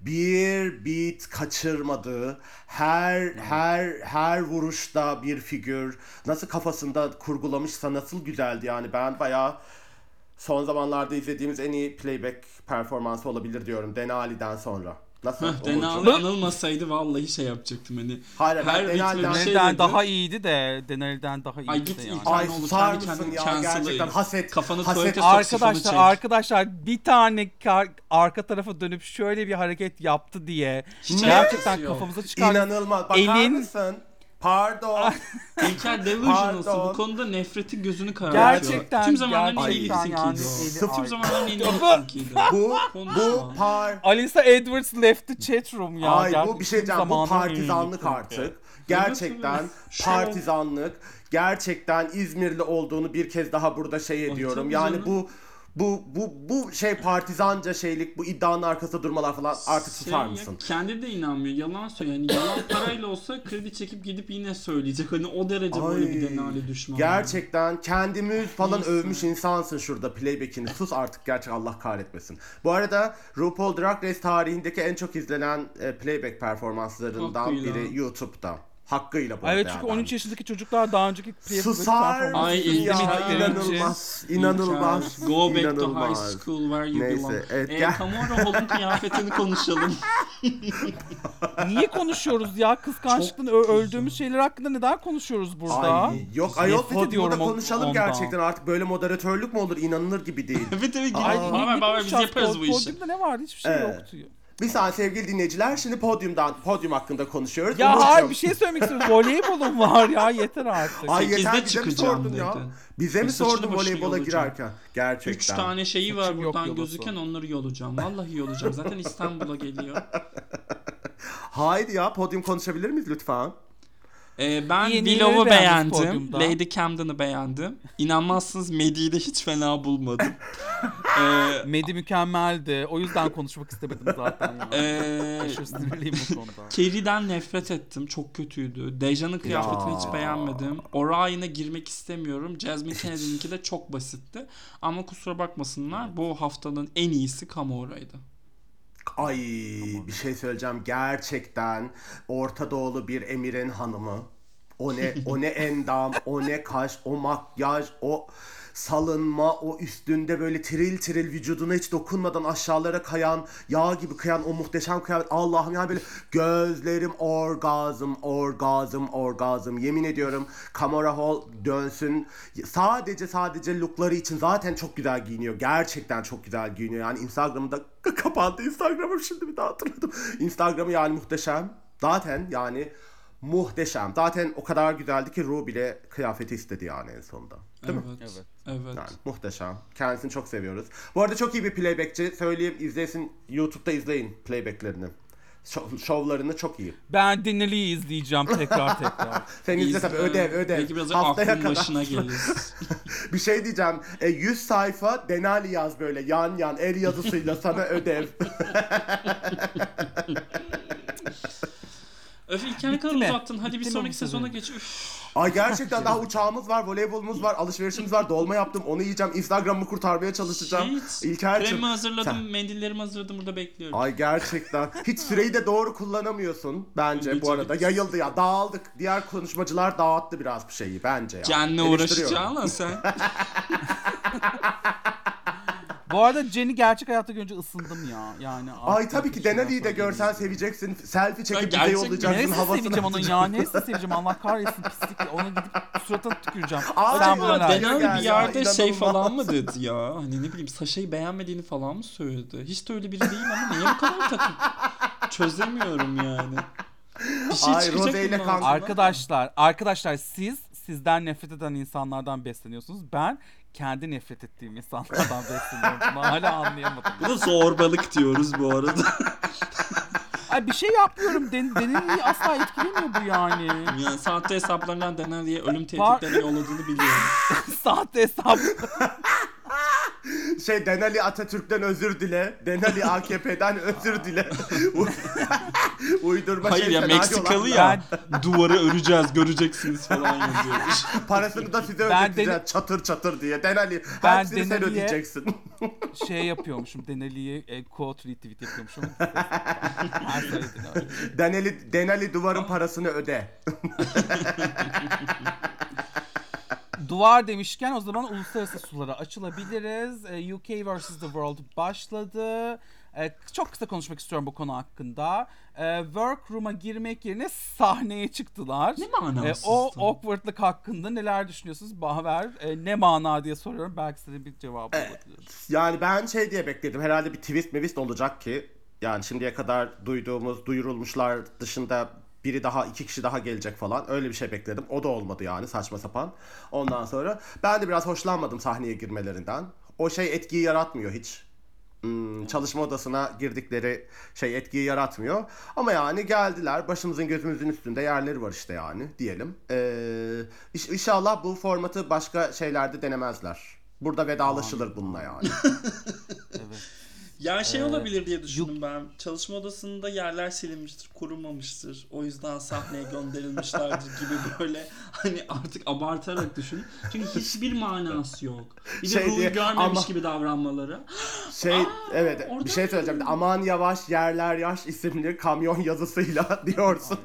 bir beat kaçırmadığı her her her vuruşta bir figür nasıl kafasında kurgulamışsa nasıl güzeldi yani ben bayağı son zamanlarda izlediğimiz en iyi playback performansı olabilir diyorum Denali'den sonra. Nasıl?
Heh,
Umurcuğum?
Denali anılmasaydı vallahi şey yapacaktım hani.
Hayır, ben
her
Denali'den-
ritme bir şey
Denel'den
dedi.
daha iyiydi de Denel'den daha iyiydi
Ay git
de
ilk
yani.
tane
Ay
olur
susar
kendi
mısın
kendine
ya
cancel'ı.
gerçekten haset.
Kafanı
haset.
tuvalete sok sifonu
Arkadaşlar
çek.
arkadaşlar bir tane kar- arka tarafa dönüp şöyle bir hareket yaptı diye
Hiç
gerçekten
alakası yok.
kafamıza çıkar.
İnanılmaz. Bakar
Elin-
mısın? Pardon.
İlker Delusional'sı
Pardon.
bu konuda nefreti gözünü karartıyor.
Gerçekten,
Tüm zamanların en iyi
gerçekten yani
linkiydi o.
eli-
Tüm
Ay.
zamanların en iyi
Ama-
linkiydi.
bu
Konuşma.
bu par
Alisa Edwards left the chat room ya.
Ay
Gerçekten
bu bir şey diyeceğim. Bu
zamanın
partizanlık
en iyi
artık. Gerçekten
evet. Şov.
partizanlık. Gerçekten İzmirli olduğunu bir kez daha burada şey ediyorum.
tabii
Yani
canım.
bu bu bu bu şey partizanca şeylik, bu iddianın arkasında durmalar falan artık
Şey
susar
ya,
mısın?
kendi de inanmıyor. Yalan söylüyor. Yani yalan parayla olsa kredi çekip gidip yine söyleyecek. Hani o derece böyle bir
Ay,
denali düşman.
gerçekten kendimiz falan
Neyse.
övmüş insansın şurada playback'ini. Sus artık gerçek Allah kahretmesin. Bu arada RuPaul Drag Race tarihindeki en çok izlenen e, playback performanslarından
Hakkıyla.
biri YouTube'da. Hakkıyla bu
Evet
arada.
çünkü
yani.
on üç yaşındaki çocuklar daha önceki playback
Susar
performansı
Ay,
mısın ya?
izlemedikleri
İnanılmaz. İnanılmaz.
İlker, Go back to
inanılmaz.
high school where you
Neyse,
belong.
evet,
e,
gel.
Kamora Hall'un kıyafetini konuşalım.
Niye konuşuyoruz ya? Kıskançlıktan
Çok
ö-
güzel.
öldüğümüz şeyler hakkında neden konuşuyoruz burada?
Ay, yok ayol
Nefret
podyumda
ediyorum o-
konuşalım
ondan.
gerçekten artık böyle moderatörlük mü olur inanılır gibi değil.
evet evet
Ay,
gidelim.
Ne-
Haber
ne
haber biz
konuşacağız?
yaparız bu
Pod-
işi.
Podyumda ne vardı? Hiçbir şey
Evet.
yoktu.
Bir saniye sevgili dinleyiciler şimdi podyumdan podyum hakkında konuşuyoruz.
Ya
Umurcuğum.
hayır bir şey söylemek istiyorum. Voleybolum var ya yeter artık.
Ay
sekizde
yeter bize mi
çıkacağım
sordun ya?
dedi.
Bize mi
Bir saçını
sordun
başını
voleybola
yolacağım.
girerken? Gerçekten.
Üç tane şeyi var
Saçım yok
buradan
yolası.
gözüken onları yolacağım. Vallahi yolacağım. Zaten İstanbul'a geliyor.
Haydi ya podyum konuşabilir miyiz lütfen?
Ee, ben
İyi,
Willow'u
neleri beğendiniz
beğendim.
podyumda?
Lady Camden'ı beğendim. İnanmazsınız Maddie'yi de hiç fena bulmadım. ee,
Medi mükemmeldi. O yüzden konuşmak istemedim zaten. Yani.
ee,
Aşırı sinirliyim bu konuda.
Carrie'den nefret ettim. Çok kötüydü. Dejan'ın kıyafetini
Ya.
hiç beğenmedim. Orion'a girmek istemiyorum. Jasmine Kennedy'ninki de çok basitti. Ama kusura bakmasınlar, bu haftanın en iyisi Kamora'ydı.
Ay bir şey söyleyeceğim. Gerçekten Orta Doğulu bir emirin hanımı. O ne o ne endam, o ne kaş, o makyaj, o salınma, o üstünde böyle tiril tiril vücuduna hiç dokunmadan aşağılara kayan, yağ gibi kayan o muhteşem kıyafet. Allah'ım yani böyle gözlerim orgazm, orgazm, orgazm. Yemin ediyorum Kamora Hall dönsün. Sadece sadece lookları için zaten çok güzel giyiniyor. Gerçekten çok güzel giyiniyor. Yani Instagram'da kapandı Instagram'ım, şimdi bir daha hatırladım. Instagram'ı yani muhteşem. Zaten yani muhteşem. Zaten o kadar güzeldi ki Ru bile kıyafeti istedi yani en sonunda. Değil mi?
Evet.
Evet.
Evet.
Yani muhteşem. Kendisini çok seviyoruz. Bu arada çok iyi bir playbackçi. Söyleyeyim, izlesin. YouTube'da izleyin playbacklerini. Şov, şovlarını çok iyi.
Ben Denali'yi izleyeceğim tekrar tekrar.
Sen izle tabii, ödev ödev.
Belki biraz
Haftaya
aklın
kadar.
başına gelir.
Bir şey diyeceğim. E, yüz sayfa Denali yaz böyle yan yan el yazısıyla sana ödev.
Öf İlker ne kadar
mi?
uzattın. Hadi bir
Bitti mi
sonraki
bu
sezona
sezon?
geç. Üf.
Ay gerçekten daha uçağımız var, voleybolumuz var, alışverişimiz var, dolma yaptım, onu yiyeceğim, Instagram'ımı kurtarmaya çalışacağım.
Hiç.
İlker'cim.
Kremi hazırladım,
sen-
mendillerimi hazırladım, burada bekliyorum.
Ay gerçekten. Hiç süreyi de doğru kullanamıyorsun bence bu
Beceriksiz.
arada. Yayıldı ya, dağıldık. Diğer konuşmacılar dağıttı biraz bir şeyi bence ya.
Kendine
Eleştiriyorum.
uğraşacağına sen.
Bu arada Jen'i gerçek hayatta görünce ısındım ya. Yani
Ay
artık
tabii ki
bir şeyler
Denali'yi de görsen
söyleyeyim.
seveceksin. Selfie çekip bize
gerçek mi?
yollayacaksın,
Neresi
havasını
seveceğim onun ya?
atacaksın.
Neresi seveceğim? Allah kahretsin pislik. Ona gidip suratına tüküreceğim.
Aa,
Sen
acaba
bana ver.
Denali-
Denali bir
Ya,
yerde şey
inanılmaz.
falan mı dedi ya? Hani ne bileyim Sasha'yı beğenmediğini falan mı söyledi? Hiç de öyle biri değil ama niye bu kadar takıp çözemiyorum yani. Bir şey
Ay,
çıkacak
Rose ile
bunun
kanka.
ağzından.
Arkadaşlar, arkadaşlar siz sizden nefret eden insanlardan besleniyorsunuz. Ben kendi nefret ettiğim insanlardan besleniyorum. Bunu hala anlayamadım.
Buna zorbalık diyoruz bu arada.
Ay bir şey yapmıyorum. Den Denali'yi asla etkilemiyor bu yani.
Yani sahte hesaplarından Denali'ye ölüm
Var-
tehditlerini yolladığını biliyorum.
Sahte hesap.
Şey, Denali Atatürk'ten özür dile. Denali A K P'den özür dile. Uydurma
Hayır
şey,
ya
senaryolar.
Meksikalı ya. Duvarı öreceğiz, göreceksiniz falan yazıyormuş.
Parasını da size
Ben
ödeteceğiz
Deni-
çatır çatır diye. Denali
Ben
hepsini sen
Denali'ye-
ödeyeceksin.
Şey yapıyormuşum. Denali'ye e, quote retweet yapıyormuşum. Her söylediğini öyle.
Denali, Denali duvarın parasını öde.
Duvar demişken o zaman uluslararası sulara açılabiliriz. E, U K versus. The World başladı. E, çok kısa konuşmak istiyorum bu konu hakkında. E, workroom'a girmek yerine sahneye çıktılar.
Ne manasızdı?
E, o awkwardlık hakkında neler düşünüyorsunuz? Bahver, e, ne mana diye soruyorum. Belki size bir cevabı olabilir.
Yani ben şey diye bekledim. Herhalde bir twist mevist olacak ki. Yani şimdiye kadar duyduğumuz, duyurulmuşlar dışında biri daha, iki kişi daha gelecek falan. Öyle bir şey bekledim. O da olmadı yani, saçma sapan. Ondan sonra ben de biraz hoşlanmadım sahneye girmelerinden. O şey etkiyi yaratmıyor hiç. Hmm, çalışma odasına girdikleri şey etkiyi yaratmıyor. Ama yani geldiler. Başımızın gözümüzün üstünde yerleri var işte yani diyelim. Ee, iş- İnşallah bu formatı başka şeylerde denemezler. Burada vedalaşılır bununla yani.
Evet.
Ya şey
Ee,
olabilir diye düşündüm ben. Çalışma odasında yerler silinmiştir, kurulmamıştır. O yüzden sahneye gönderilmişlerdir gibi böyle hani artık abartarak düşün. Çünkü hiçbir manası yok. Bir de
Şey
Ruhi
diye,
görmemiş
ama-
gibi davranmaları.
Şey, evet,
orada
bir şey söyleyeceğim. Aman yavaş, yerler yaş isimli kamyon yazısıyla diyorsun.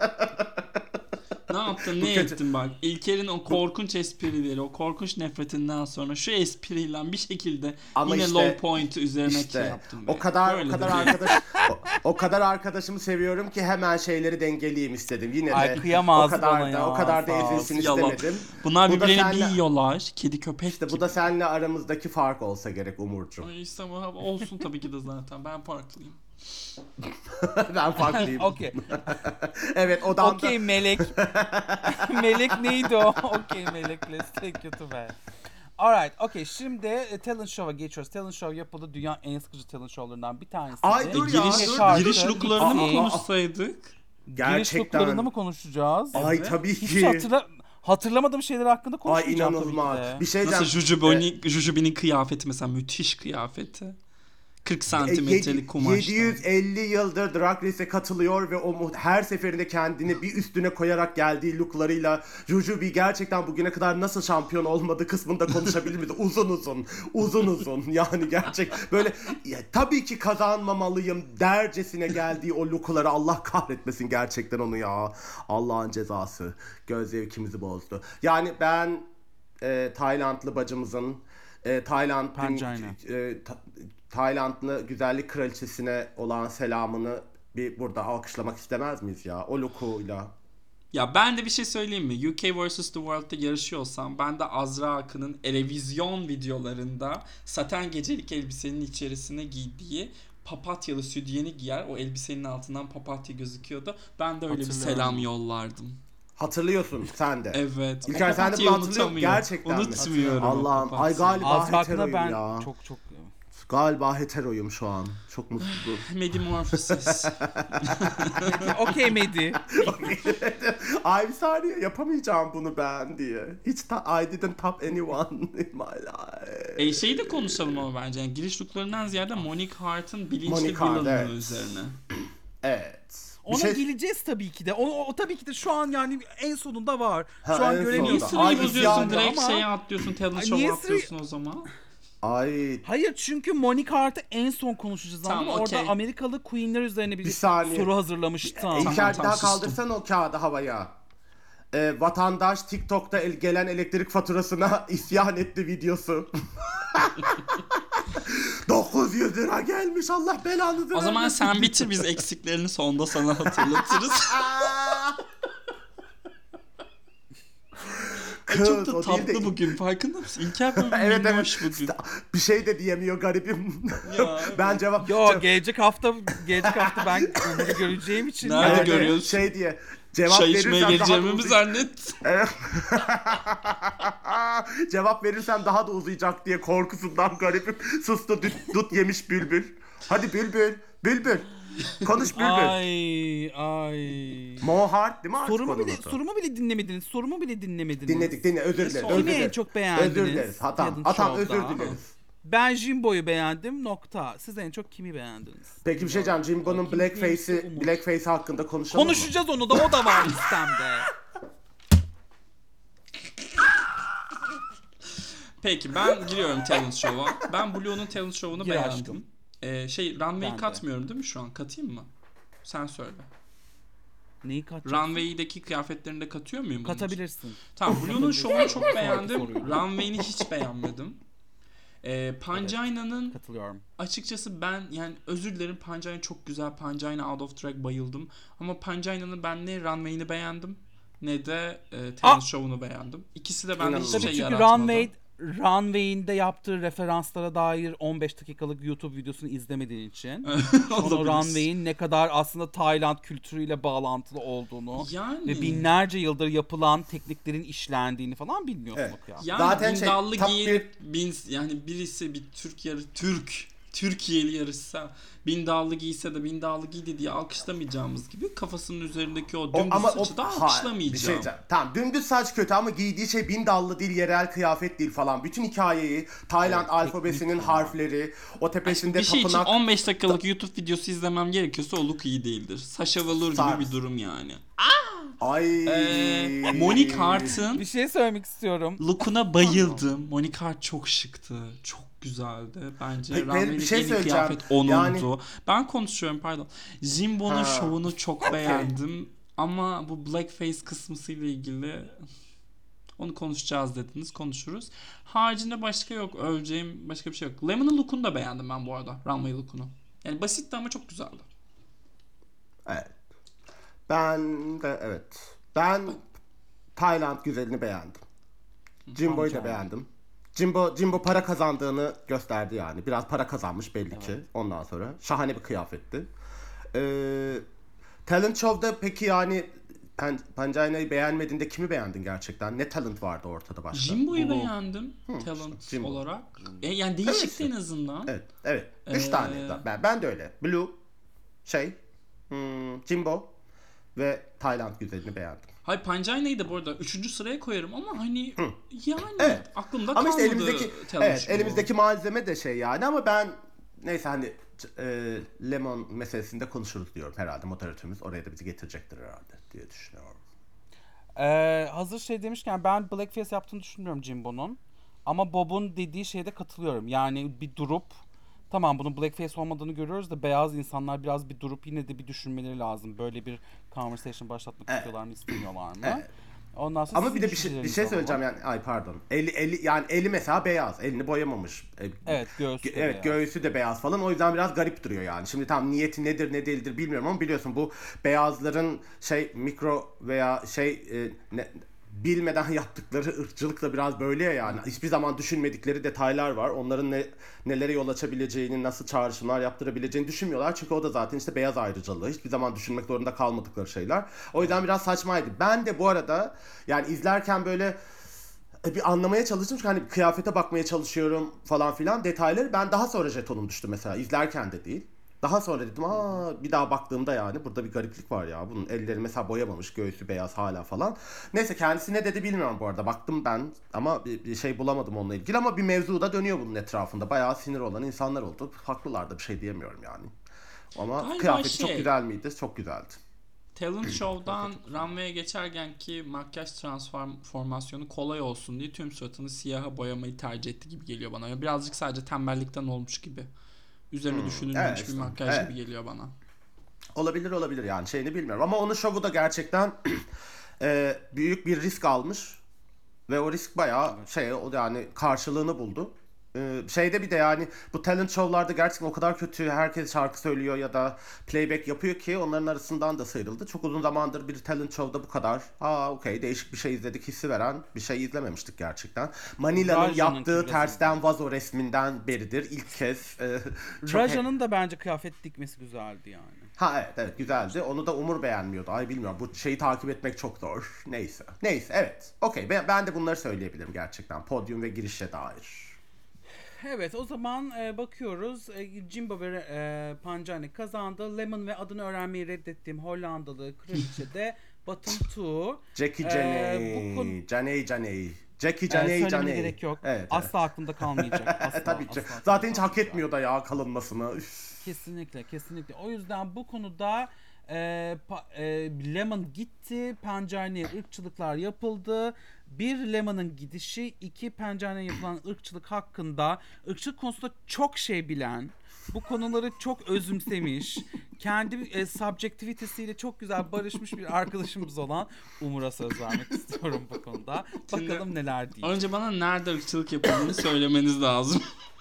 Ne yaptın, ne
kötü.
ettin bak. İlker'in o korkunç esprileri, o korkunç nefretinden sonra şu espriyle bir şekilde
Ama
yine
işte-
low point üzerine şey
İşte
yaptım.
o kadar
Böyle
o kadar
de bir-
arkadaş o, o kadar arkadaşımı seviyorum ki hemen şeyleri dengeleyeyim istedim. Yine de
Ay, kıyamaz
o kadar
bana
da
ya,
o kadar da
sağ ol.
ezilsin
Yalan.
istemedim.
Bunlar
Bu da
birbirlerini
senle-
bir yiyorlar. Kedi köpek
İşte bu
gibi.
da seninle aramızdaki fark olsa gerek Umurcuğum.
Ay işte ama olsun tabii ki de zaten. Ben farklıyım.
Ben farklıyım.
Okey.
Evet, odamda.
Okey Melek. Melek neydi o? Okey Melek. Let's take you to bed. Alright, okey. Şimdi e, talent show'a geçiyoruz. Talent show yapıldı. Dünyanın en sıkıcı talent show'larından bir tanesi.
Ay, dur ya,
giriş
dur,
giriş
dur.
looklarını mı
Aa,
konuşsaydık?
Giriş
Gerçekten.
looklarını mı konuşacağız?
Ay
Evet.
tabii
Hiç
ki.
hatırla hatırlamadığım şeyler hakkında
Ay
konuşmayacağım tabii ki
inanılmaz.
de.
Bir şey
Nasıl
diyeceğim.
Jujube'nin Jujube'nin kıyafeti mesela müthiş kıyafeti. kırk
E,
santimetrelik
yedi-
kumaştan.
yedi yüz elli yıldır Drag Race'e katılıyor ve o mu- her seferinde kendini bir üstüne koyarak geldiği looklarıyla Jujubee gerçekten bugüne kadar nasıl şampiyon olmadı kısmında konuşabilir miyiz? Uzun uzun, uzun uzun yani gerçek böyle ya, tabii ki kazanmamalıyım dercesine geldiği o lookları Allah kahretmesin gerçekten onu ya. Allah'ın cezası. Göz zevkimizi bozdu. Yani ben e, Taylandlı bacımızın e, Tayland'ın
Pangina.
e, ta- Taylandlı güzellik kraliçesine olan selamını bir burada alkışlamak istemez miyiz ya? O lookuyla.
Ya ben de bir şey söyleyeyim mi? U K versus. The World'da yarışıyorsam ben de Azra Akın'ın televizyon videolarında saten gecelik elbisenin içerisine giydiği papatyalı sütyeni giyer. O elbisenin altından papatya gözüküyordu. Ben de öyle bir
Hatırlıyorum.
selam yollardım.
Hatırlıyorsun sen de.
Evet.
İlker
O
sen de
papatyayı
bunu hatırlıyor musun?
unutamıyorum.
Gerçekten mi?
Unutmuyorum. o
Allah'ım. Ay
papatyayı.
galiba
Azra
heteroyum
hakkında ben
ya.
çok çok
Galiba heteroyum şu an. Çok mutlu.
Medimorphosis.
okey Medi.
Ay bir saniye yapamayacağım bunu ben diye. Hiç ta- I didn't top anyone in my life.
E şeyi de konuşalım ama bence. Yani giriş looklarından ziyade Monique Hart'ın bilinçli
Monique Hart,
villainlığı
evet.
üzerine.
Evet. Bir
Ona
şey-
geleceğiz tabii ki de. O, o tabii ki de şu an yani en sonunda var.
Ha,
Şu an
en
göremiyoruz.
sonunda.
Niye
Ay,
sırayı bozuyorsun?
isyan
Direkt
ama-
şeye atlıyorsun. Talent
Ay,
show'a
niye
atlıyorsun o zaman.
Ay
Hayır çünkü Monique Hart'ı en son konuşacağız.
Tamam,
Tamam,
okey.
Orada Amerikalı Queen'ler üzerine bir,
Bir saniye.
soru hazırlamıştım.
İlker
Tamam,
bir
tamam,
daha
sustum.
kaldırsan o kağıdı havaya. Ee, vatandaş TikTok'ta el- gelen elektrik faturasına isyan etti videosu. dokuz yüz lira gelmiş Allah belanı
O zaman sen bitir, biz eksiklerini sonda sana hatırlatırız. Ay,
Kız,
çok da
o değil de-
tatlı bugün, farkında mısın? İlker böyle
Evet evet.
minnoş bugün.
Bir şey de diyemiyor garibim.
Ya, evet.
ben cevap...
Yo
ce-
gelecek hafta gelecek hafta ben onları göreceğim için.
Nerede
yani-
Evet,
görüyorsun?
Şey diye. Cevap
Çay içmeye
verirsem daha da
geleceğimi mi
uzay-
zannet?
Evet. Cevap verirsem daha da uzayacak diye korkusundan garibim sustu dut, dut yemiş bülbül. Hadi bülbül, bülbül. Konuş bülbül.
Ay ay.
Mohart değil mi artık
Sorumu
onun
bile
adı?
sorumu bile dinlemediniz. Sorumu bile dinlemediniz.
Dinledik dinle özür dileriz.
Kimi
özür
Kimi en
dileriz.
çok beğendiniz?
Özür dileriz. Hatam,
Talent
hatam
Show'da?
özür dileriz.
Ben Jimbo'yu beğendim. Nokta. Siz en çok kimi beğendiniz?
Peki bir şey diyeceğim. Jimbo'nun
Kim
blackface'i,
değilse Umut.
blackface hakkında konuşalım mı?
Konuşacağız onu da, o da var listemde.
Peki ben giriyorum talent show'a. Ben Blue'nun talent show'unu
Gir
beğendim.
aşkım.
Ee, şey runway'i
Ben de.
katmıyorum değil mi şu an? Katayım mı? Sen söyle.
Neyi katacaksın?
Runway'deki kıyafetlerini de katıyor muyum? bunun için?
Katabilirsin.
Tamam, Blue'nun şovunu çok beğendim.
soruyorum.
Runway'ini hiç beğenmedim. Ee, Pangina'nın
Katılıyorum.
açıkçası ben yani özür dilerim, Pangina çok güzel. Pangina Out of Drag bayıldım. Ama Pangina'nın ben ne runway'ini beğendim ne de e, talent
Ah!
show'unu beğendim. İkisi de bende
İnanılmaz.
hiçbir
Tabii
şey
çünkü
yaratmadı.
Runway, Runway'inde yaptığı referanslara dair on beş dakikalık YouTube videosunu izlemediğin için onu
Olabilir.
Runway'in ne kadar aslında Tayland kültürüyle bağlantılı olduğunu
Yani.
ve binlerce yıldır yapılan tekniklerin işlendiğini falan bilmiyorsun
Evet.
ya.
Yani
Zaten şey,
bindallı
top
giyinip bin, yani birisi bir Türk yarı Türk Türkiye'li yarışsa bindallı giyse de bindallı giydi diye alkışlamayacağımız gibi kafasının üzerindeki o
O,
dümdüz
ama
saçı da
ha,
alkışlamayacağım.
bir şey diyeceğim. Tamam dümdüz saç kötü ama giydiği şey bin dallı değil, yerel kıyafet değil falan. Bütün hikayeyi Tayland
Evet,
alfabesinin
teknik ya.
harfleri, o tepesinde
bir şey için
tapınak...
on beş dakikalık YouTube videosu izlemem gerekiyorsa o look iyi değildir. Sasha Velour gibi
Sars.
bir durum yani.
Ay.
Ee, Monique Hart'ın
Bir şey söylemek istiyorum.
look'una bayıldım. Monique Hart çok şıktı. Çok güzeldi. Bence
Peki,
Runway'deki
bir şey
en iyi
söyleyeceğim.
kıyafet onundu.
Yani-
Ben konuşuyorum pardon. Jimbo'nun
Ha,
şovunu çok
okey.
beğendim. Ama bu blackface kısmısıyla ilgili onu konuşacağız dediniz. Konuşuruz. Haricinde başka yok. Öveceğim başka bir şey yok. Lemon'ın look'unu da beğendim ben bu arada. Runway look'unu. Yani basitti ama çok güzeldi.
Evet. Ben de evet. Ben Tayland güzelini beğendim. Jimbo'yu da
Bence
beğendim. Jimbo, Jimbo para kazandığını gösterdi yani. Biraz para kazanmış belli ki. Ondan sonra şahane bir kıyafetti. Ee, Talent Show'da peki yani Pan Pangina'yı beğenmediğinde kimi beğendin gerçekten? Ne talent vardı ortada başka?
Jimbo'yu
Bu-
beğendim talent
işte Jimbo.
olarak. E, yani değişikti
Evet.
en azından.
Evet, evet. Üç
Ee,
tane. Ben, ben de öyle. Blue, şey, hmm, Jimbo, ve Tayland güzelini beğendim.
Hayır, Pancayna'yı da bu arada üçüncü sıraya koyarım ama hani Hı. yani
evet.
aklımda
ama
kalmadı.
Ama işte elimizdeki, evet, elimizdeki malzeme de şey yani ama ben neyse hani e, lemon meselesinde konuşuruz diyorum herhalde, moderatörümüz oraya da bizi getirecektir herhalde diye düşünüyorum.
Ee, hazır şey demişken ben blackface yaptığını düşünmüyorum Jimbo'nun. Ama Bob'un dediği şeye de katılıyorum. Yani bir durup tamam bunun blackface olmadığını görüyoruz da beyaz insanlar biraz bir durup yine de bir düşünmeleri lazım. Böyle bir conversation başlatmak
evet.
istiyorlar mı, istemiyorlar mı?
Evet.
Ondan sonra
ama bir de bir şey, bir şey söyleyeceğim yani ay pardon. Eli eli yani eli mesela beyaz. Elini boyamamış.
Evet, göğsü de
evet,
beyaz.
göğsü de beyaz falan. O yüzden biraz garip duruyor yani. Şimdi tam niyeti nedir ne değildir bilmiyorum ama biliyorsun bu beyazların şey mikro veya şey e, ne, bilmeden yaptıkları ırkçılık da biraz böyle ya yani. Hiçbir zaman düşünmedikleri detaylar var. Onların ne nelere yol açabileceğini, nasıl çağrışımlar yaptırabileceğini düşünmüyorlar. Çünkü o da zaten işte beyaz ayrıcalığı. Hiçbir zaman düşünmek zorunda kalmadıkları şeyler. O yüzden biraz saçmaydı. Ben de bu arada yani izlerken böyle bir anlamaya çalıştım. Çünkü hani kıyafete bakmaya çalışıyorum falan filan. Detayları ben daha sonra jetonum düştü mesela. İzlerken de değil. Daha sonra dedim aa bir daha baktığımda yani burada bir gariplik var ya. Bunun elleri mesela boyamamış, göğsü beyaz hala falan. Neyse kendisi ne dedi bilmiyorum bu arada. Baktım ben ama bir, bir şey bulamadım onunla ilgili ama bir mevzu da dönüyor bunun etrafında. Bayağı sinir olan insanlar oldu. Haklılar da bir şey diyemiyorum yani. Ama
Galiba
kıyafeti
şey,
çok güzel miydi? Çok güzeldi.
Talent Show'dan runway'e geçerken ki makyaj transformasyonu kolay olsun diye tüm suratını siyaha boyamayı tercih etti gibi geliyor bana. Birazcık sadece tembellikten olmuş gibi. Üzerine hmm, düşünülmemiş evet, bir makyaj evet. gibi geliyor bana.
Olabilir olabilir yani şeyini bilmiyorum ama onun şovu da gerçekten e, büyük bir risk almış ve o risk bayağı evet. şey o yani karşılığını buldu. Ee, şeyde bir de yani bu talent show'larda gerçekten o kadar kötü herkes şarkı söylüyor ya da playback yapıyor ki onların arasından da sıyrıldı. Çok uzun zamandır bir talent show'da bu kadar aa okey değişik bir şey izledik hissi veren bir şey izlememiştik gerçekten. Manila'nın Raja'nın yaptığı tersten vazo resminden beridir ilk kez. E,
Raja'nın he- da bence kıyafet dikmesi güzeldi yani.
Ha evet evet güzeldi. Onu da Umur beğenmiyordu. Ay bilmiyorum bu şeyi takip etmek çok zor. Neyse. Neyse evet. Okey ben, ben de bunları söyleyebilirim gerçekten. Podyum ve girişe dair.
Evet o zaman e, bakıyoruz e, Jimbo ve e, Panjani kazandı. Lemon ve adını öğrenmeyi reddettiğim Hollandalı kraliçe de bottom two.
Jackie Janey. Konu... Janey Janey. Jackie Janey
e,
Janey.
gerek yok.
Evet,
asla
evet.
aklımda kalmayacak. Asla,
Tabii ki.
Asla
zaten hiç hak etmiyor da ya kalınmasını. Üff.
Kesinlikle kesinlikle. O yüzden bu konuda e, pa, e, Lemon gitti. Panjani'ye ırkçılıklar yapıldı. Bir Lemon'ın gidişi, iki Panjani'ye yapılan ırkçılık hakkında ırkçılık konusunda çok şey bilen, bu konuları çok özümsemiş, kendi e, subjektivitesiyle çok güzel barışmış bir arkadaşımız olan Umur'a söz vermek istiyorum bu konuda.
Şimdi,
bakalım neler diyecek.
Önce bana nerede ırkçılık yapıldığını söylemeniz lazım.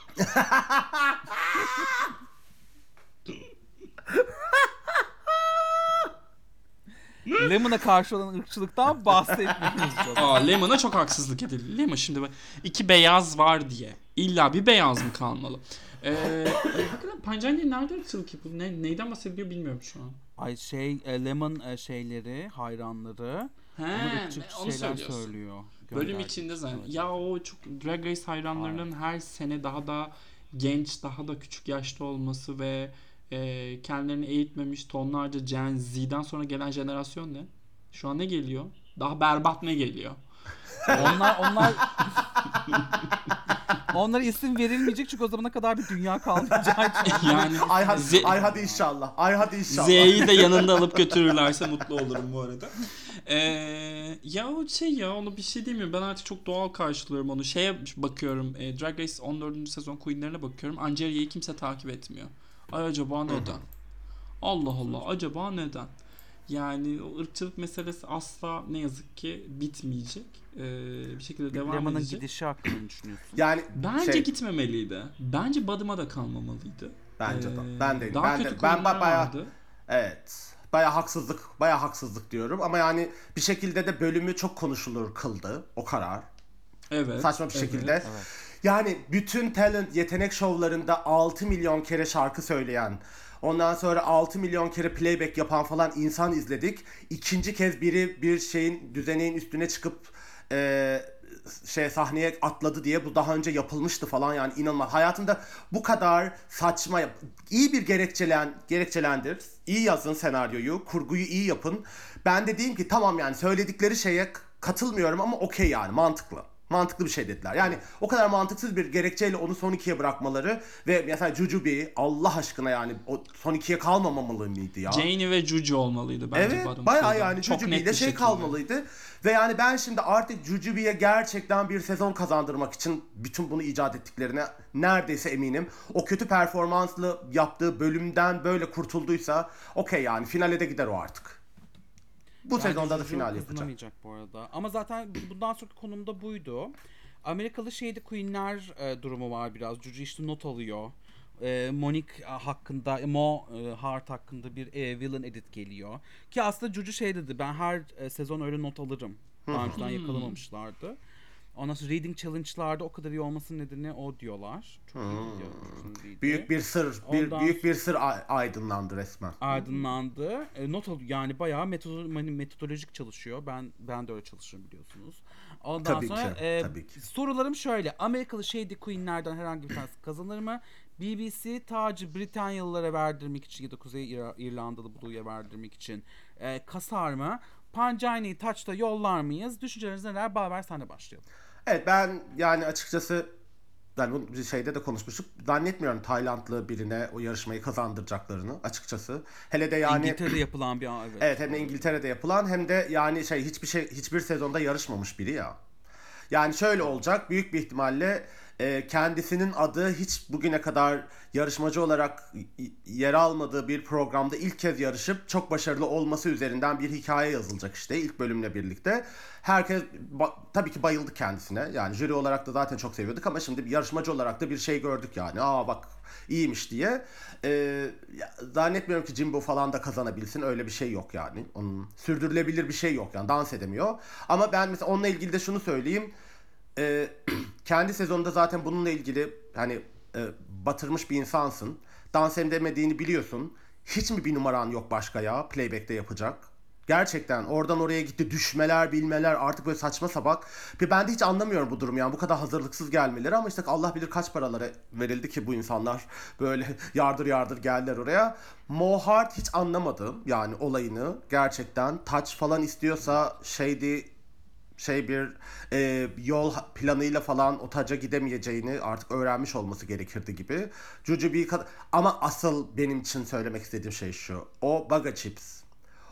Lemon'a karşı olan ırkçılıktan bahsetmiyoruz.
Aa, Lemon'a çok haksızlık edildi. Lemon şimdi bak iki beyaz var diye. İlla bir beyaz mı kalmalı? Eee Panjani nerede ırkçılık yapıldı? Ne, neyden bahsediyor bilmiyorum şu an.
Ay şey Lemon şeyleri, hayranları
He,
onu şeyler söylüyor.
Bölüm içinde zaten. Ya o çok Drag Race hayranlarının Aynen. her sene daha da genç, daha da küçük yaşta olması ve e, kendilerini eğitmemiş tonlarca Gen Z'den sonra gelen jenerasyon ne? Şu an ne geliyor? Daha berbat ne geliyor?
onlar onlar onlara isim verilmeyecek çünkü o zamana kadar bir dünya kalmayacak.
Yani
ay hadi, Z- ay hadi inşallah. Ay hadi inşallah.
Z'yi de yanında alıp götürürlerse mutlu olurum bu arada. Ee, ya o şey ya onu bir şey demiyorum. Ben artık çok doğal karşılıyorum onu. Şeye bakıyorum. E, Drag Race on dördüncü sezon Queen'lerine bakıyorum. Angelia'yı kimse takip etmiyor. Ay acaba neden? Allah Allah acaba neden? Yani o ırkçılık meselesi asla ne yazık ki bitmeyecek. Ee, bir şekilde devam
Lemon'ın
edecek.
gidişi hakkında ne düşünüyorsun?
Yani
bence
şey...
gitmemeliydi. Bence Body'ma da kalmamalıydı.
Bence
ee,
de. Ben de.
Daha
ben
kötü
de. Ben bayağı
vardı.
Evet. Bayağı haksızlık, bayağı haksızlık diyorum ama yani bir şekilde de bölümü çok konuşulur kıldı o karar.
Evet.
Saçma bir
evet,
şekilde.
Evet.
Yani bütün talent yetenek şovlarında altı milyon kere şarkı söyleyen, ondan sonra altı milyon kere playback yapan falan insan izledik. İkinci kez biri bir şeyin düzeneğin üstüne çıkıp e, şey sahneye atladı diye bu daha önce yapılmıştı falan yani inanılmaz. Hayatımda bu kadar saçma yap- iyi bir gerekçelen gerekçelendir. İyi yazın senaryoyu, kurguyu iyi yapın. Ben de diyeyim ki tamam yani söyledikleri şeye k- katılmıyorum ama okey yani mantıklı. Mantıklı bir şey dediler. Yani o kadar mantıksız bir gerekçeyle onu son ikiye bırakmaları ve mesela Jujubee Allah aşkına yani o son ikiye kalmamalı mıydı ya?
Janey ve Juju olmalıydı bence
Evet
Bottom
bayağı
Two'da.
yani
Çok
Jujubee
net
ile
bir
şey
şekilde.
kalmalıydı. Ve yani ben şimdi artık Jujubee'ye gerçekten bir sezon kazandırmak için bütün bunu icat ettiklerine neredeyse eminim. O kötü performanslı yaptığı bölümden böyle kurtulduysa okey yani finale de gider o artık. Bu
Bence
sezonda da
Juju
final yapacak.
kazanamayacak bu arada. Ama zaten bundan sonraki konumda buydu. Amerikalı şeyde Queen'ler e, durumu var biraz. Juju işte not alıyor. E, Monique hakkında, Mo e, Hart hakkında bir e, villain edit geliyor. Ki aslında Juju şey dedi, ben her e, sezon öyle not alırım. Daha önceden yakalamamışlardı. Ondan sonra reading challenge'larda o kadar iyi olmasının nedeni o diyorlar. Çok iyi gidiyor. Juju'nun read'i.
Büyük bir sır, bir
Ondan
büyük bir sır a- aydınlandı resmen.
Aydınlandı. E, not al yani bayağı metod hani metodolojik çalışıyor. Ben ben de öyle çalışırım biliyorsunuz. Ondan
Tabii
sonra
ki,
e,
tabii ki.
sorularım şöyle. Amerikalı Shady Queen'lerden herhangi bir tanesi kazanır mı? B B C tacı Britanyalılara verdirmek için ya da Kuzey İra- İrlandalı Blue'ya verdirmek için e, kasar mı? Panjani'yi taçta yollar mıyız? Düşünceleriniz neler? Baver senle başlayalım.
Evet ben yani açıkçası yani bu bir şeyde de konuşmuştuk. Zannetmiyorum Taylandlı birine o yarışmayı kazandıracaklarını açıkçası. Hele de yani
İngiltere'de yapılan bir evet.
evet hem de İngiltere'de yapılan hem de yani şey hiçbir şey hiçbir sezonda yarışmamış biri ya. Yani şöyle olacak büyük bir ihtimalle e, kendisinin adı hiç bugüne kadar yarışmacı olarak y- yer almadığı bir programda ilk kez yarışıp çok başarılı olması üzerinden bir hikaye yazılacak işte ilk bölümle birlikte. Herkes ba- tabii ki bayıldı kendisine. Yani jüri olarak da zaten çok seviyorduk ama şimdi bir yarışmacı olarak da bir şey gördük yani. Aa bak iyiymiş diye. Ee, ya, zannetmiyorum ki Jimbo falan da kazanabilsin. Öyle bir şey yok yani. Onun sürdürülebilir bir şey yok yani. Dans edemiyor. Ama ben mesela onunla ilgili de şunu söyleyeyim. Ee, kendi sezonunda zaten bununla ilgili hani e, batırmış bir insansın. Dans edemediğini biliyorsun. Hiç mi bir numaran yok başka ya playback'te yapacak? Gerçekten oradan oraya gitti düşmeler bilmeler artık böyle saçma sabak. Bir ben de hiç anlamıyorum bu durum yani bu kadar hazırlıksız gelmeleri ama işte Allah bilir kaç paralara verildi ki bu insanlar böyle yardır yardır geldiler oraya. Mo Hart hiç anlamadım yani olayını gerçekten touch falan istiyorsa şeydi şey bir e, yol planıyla falan o taca gidemeyeceğini artık öğrenmiş olması gerekirdi gibi. Jujubee kad- ama asıl benim için söylemek istediğim şey şu. O Baga Chips,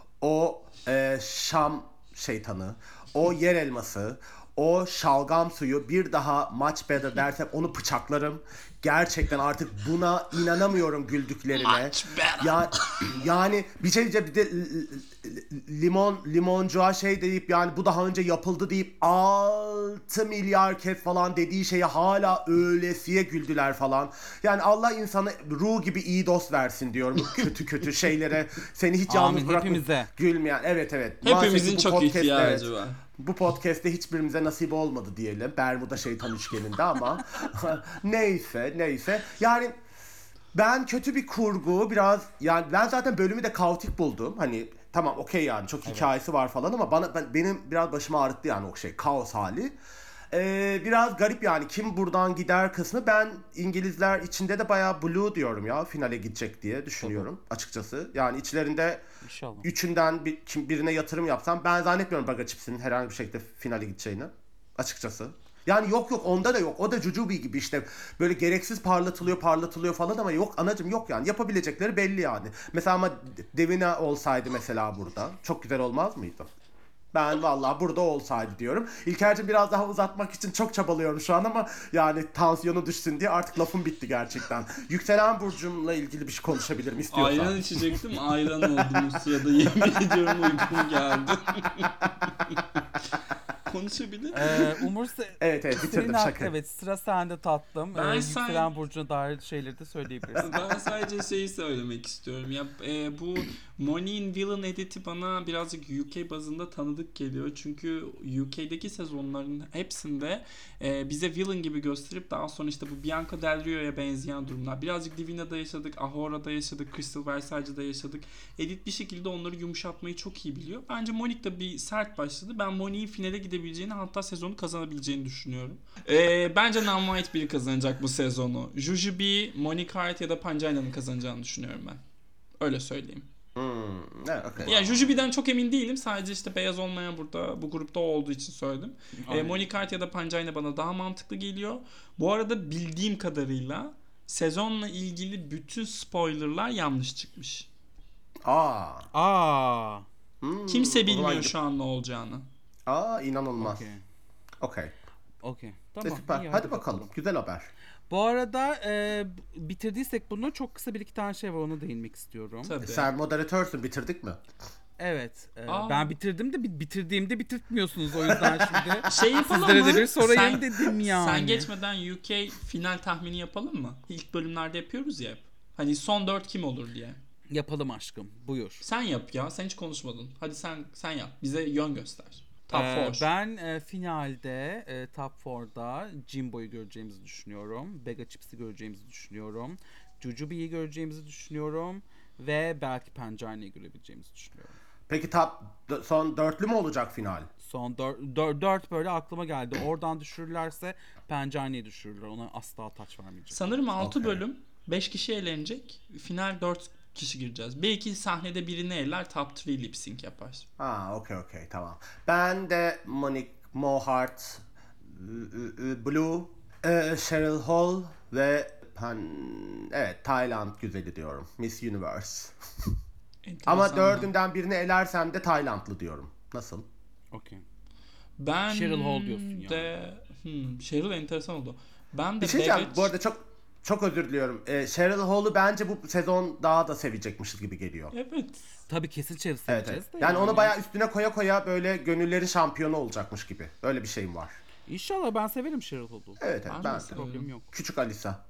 o e, Şam şeytanı, o yer elması, o şalgam suyu bir daha much better dersem onu bıçaklarım. Gerçekten artık buna inanamıyorum güldüklerine.
Much better.
Ya yani bir şey diyeceğim bir de l- l- limon limoncuğa şey deyip yani bu daha önce yapıldı deyip altı milyar kez falan dediği şeye hala öylesiye güldüler falan. Yani Allah insana ruh gibi iyi dost versin diyorum kötü kötü şeylere. Seni hiç yalnız
Amin,
bırakma.
hepimize.
Gülmeyen. Evet evet.
Hepimizin
Maalesef bu
çok
podcast,
ihtiyacı
evet.
var.
Bu podcast'te hiçbirimize nasip olmadı diyelim. Bermuda şeytan üçgeninde ama neyse neyse. Yani ben kötü bir kurgu biraz yani ben zaten bölümü de kaotik buldum. Hani tamam okey yani çok hikayesi var falan ama bana ben, benim biraz başımı ağrıttı yani o şey kaos hali. Ee, biraz garip yani kim buradan gider kısmı. Ben İngilizler içinde de bayağı blue diyorum ya finale gidecek diye düşünüyorum açıkçası. Yani içlerinde
İnşallah.
üçünden bir, kim, birine yatırım yapsam ben zannetmiyorum Baga Chips'in herhangi bir şekilde finale gideceğini açıkçası. Yani yok yok onda da yok. O da Jujubee gibi işte böyle gereksiz parlatılıyor parlatılıyor falan ama yok anacım yok yani yapabilecekleri belli yani. Mesela ama Devina olsaydı mesela burada çok güzel olmaz mıydı? Ben vallahi burada olsaydı diyorum. İlker'cim biraz daha uzatmak için çok çabalıyorum şu an ama yani tansiyonu düşsün diye artık lafım bitti gerçekten. Yükselen burcumla ilgili bir şey konuşabilirim istiyorsan.
Ayran içecektim. Ayran oldum o sırada. Yemin ediyorum uykum geldi. Konuşabilir.
Ee, Umur se-
Evet evet bitirdim
senin hak-
şaka.
evet sıra sende tatlım.
Ben
Ee,
say-
yükselen burcuna dair şeyleri de söyleyebilirsin.
Ben sadece şeyi söylemek istiyorum. Ya e, bu Monique'in villain editi bana birazcık U K bazında tanıdık geliyor. Çünkü U K'deki sezonların hepsinde e, bize villain gibi gösterip daha sonra işte bu Bianca Del Rio'ya benzeyen durumlar. Birazcık Divina'da yaşadık, Ahora'da yaşadık, Crystal Versace'da yaşadık. Edit bir şekilde onları yumuşatmayı çok iyi biliyor. Bence Monique de bir sert başladı. Ben Monique'in finale gidebileceğini edebileceğini, hatta sezonu kazanabileceğini düşünüyorum. Ee, bence Non-White biri kazanacak bu sezonu. Jujubee, Monica Hart ya da Pangina'nın kazanacağını düşünüyorum ben. Öyle söyleyeyim.
Hmm, evet, okay.
Yani Jujubee'den çok emin değilim. Sadece işte beyaz olmayan burada bu grupta olduğu için söyledim. Ee, Monica Hart ya da Pangina bana daha mantıklı geliyor. Bu arada bildiğim kadarıyla sezonla ilgili bütün spoilerlar yanlış çıkmış.
Aa.
Aa.
Hmm,
Kimse
o zaman
bilmiyor
gidip-
şu an ne olacağını.
Aa, inanılmaz.
Okey.
Okey.
Okey.
E,
Tamam.
süper.
iyi,
hadi, bakalım. Güzel haber.
Bu arada e, bitirdiysek bunu, çok kısa bir iki tane şey var, ona değinmek istiyorum.
Tabii.
Sen moderatörsün, bitirdik mi?
Evet. e,
Aa.
ben bitirdim de bi- bitirdiğimde bitirtmiyorsunuz, o yüzden şimdi
Şey yapalım
sizlere
mı?
de bir sorayım
Sen-
dedim yani.
Sen geçmeden U K final tahmini yapalım mı? İlk bölümlerde yapıyoruz ya hep. Hani son dört kim olur diye.
Yapalım aşkım. Buyur.
Sen yap ya. Sen hiç konuşmadın. Hadi sen sen yap. Bize yön göster. Top
Ee,
four.
ben e, finalde e, Top four'da Jimbo'yu göreceğimizi düşünüyorum. Bega Chips'i göreceğimizi düşünüyorum. Jujubee'yi göreceğimizi düşünüyorum. Ve belki Pangina'yı görebileceğimizi düşünüyorum.
Peki top, d- son dörtlü mü olacak final?
Son dört böyle aklıma geldi. Oradan düşürürlerse Pangina'yı düşürürler. Ona asla taç vermeyecek.
Sanırım altı
Okey.
bölüm. beş kişi eğlenecek. Final dört kişi gireceğiz. Belki sahnede birini eller, top üç lip sync yapar.
Ha, okey okey, tamam. Ben de Monique Mohart, Blue, e, Cheryl Hall ve Pan... Evet, Tayland güzeli diyorum. Miss Universe. Ama
Enteresan.
dördünden birini elersem de Taylandlı diyorum. Nasıl?
Okey.
Ben
Cheryl Hall diyorsun yani.
de... Hmm, Cheryl enteresan oldu. Ben de
Bir şey diyeceğim.
Baggage-
Bu arada çok çok özür diliyorum. Ee, Cheryl Hall'u bence bu sezon daha da sevecekmişiz gibi geliyor.
Evet.
Tabii kesin çevirisi
Evet,
seveceğiz
evet.
de
Yani onu bayağı üstüne koya koya böyle gönüllerin şampiyonu olacakmış gibi. Öyle bir şeyim var.
İnşallah, ben severim Cheryl Hall'u.
Evet, evet.
Ben
Ben
de
de.
severim.
Problem yok.
Küçük Alisa.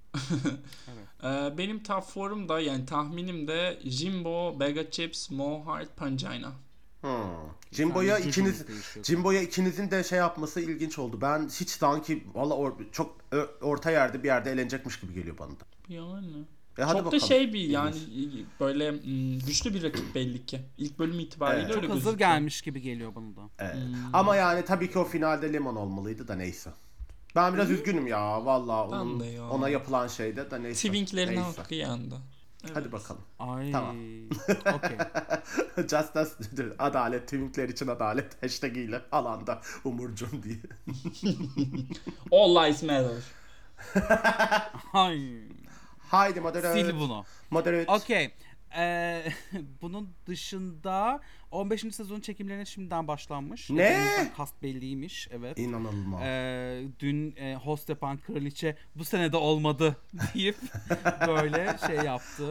Ee, benim top four'um da yani tahminim de Jimbo, Bega Chips, Mohart, Pangina.
Hmm. Jimbo'ya
Jujubee'miz
ikiniz
değişiyor.
Jimbo'ya ikinizin de şey yapması ilginç oldu. Ben hiç sanki valla or- çok ö- orta yerde bir yerde eğlenecekmiş gibi geliyor bana da.
Yani.
E, hadi
Çok da
bakalım.
şey bir yani
İlginç.
böyle mm, güçlü bir rakip belli ki. İlk bölüm itibariyle
Evet.
öyle
Çok hazır
gözüküyor.
gelmiş gibi geliyor bana da.
Evet.
Hmm.
Ama yani tabii ki o finalde Lemon olmalıydı da neyse. Ben biraz üzgünüm ya valla
Ben
onun,
de ya.
ona yapılan şeyde de neyse.
Twinklerin
Neyse.
hakkı yandı. Evet.
Hadi bakalım.
Ay.
Tamam.
Okey.
Justice, adalet, Twinkler için adalet hashtag ile alanda Umurcum diye.
All lives matter.
Ay.
Haydi moderate.
Sil bunu.
Moderate.
Okey. Ee, bunun dışında on beşinci sezon çekimlerine şimdiden başlanmış.
Ne?
Elimizden Kast belliymiş. Evet.
İnanılmaz.
Ee, dün e, host yapan kraliçe bu sene de olmadı deyip böyle şey yaptı.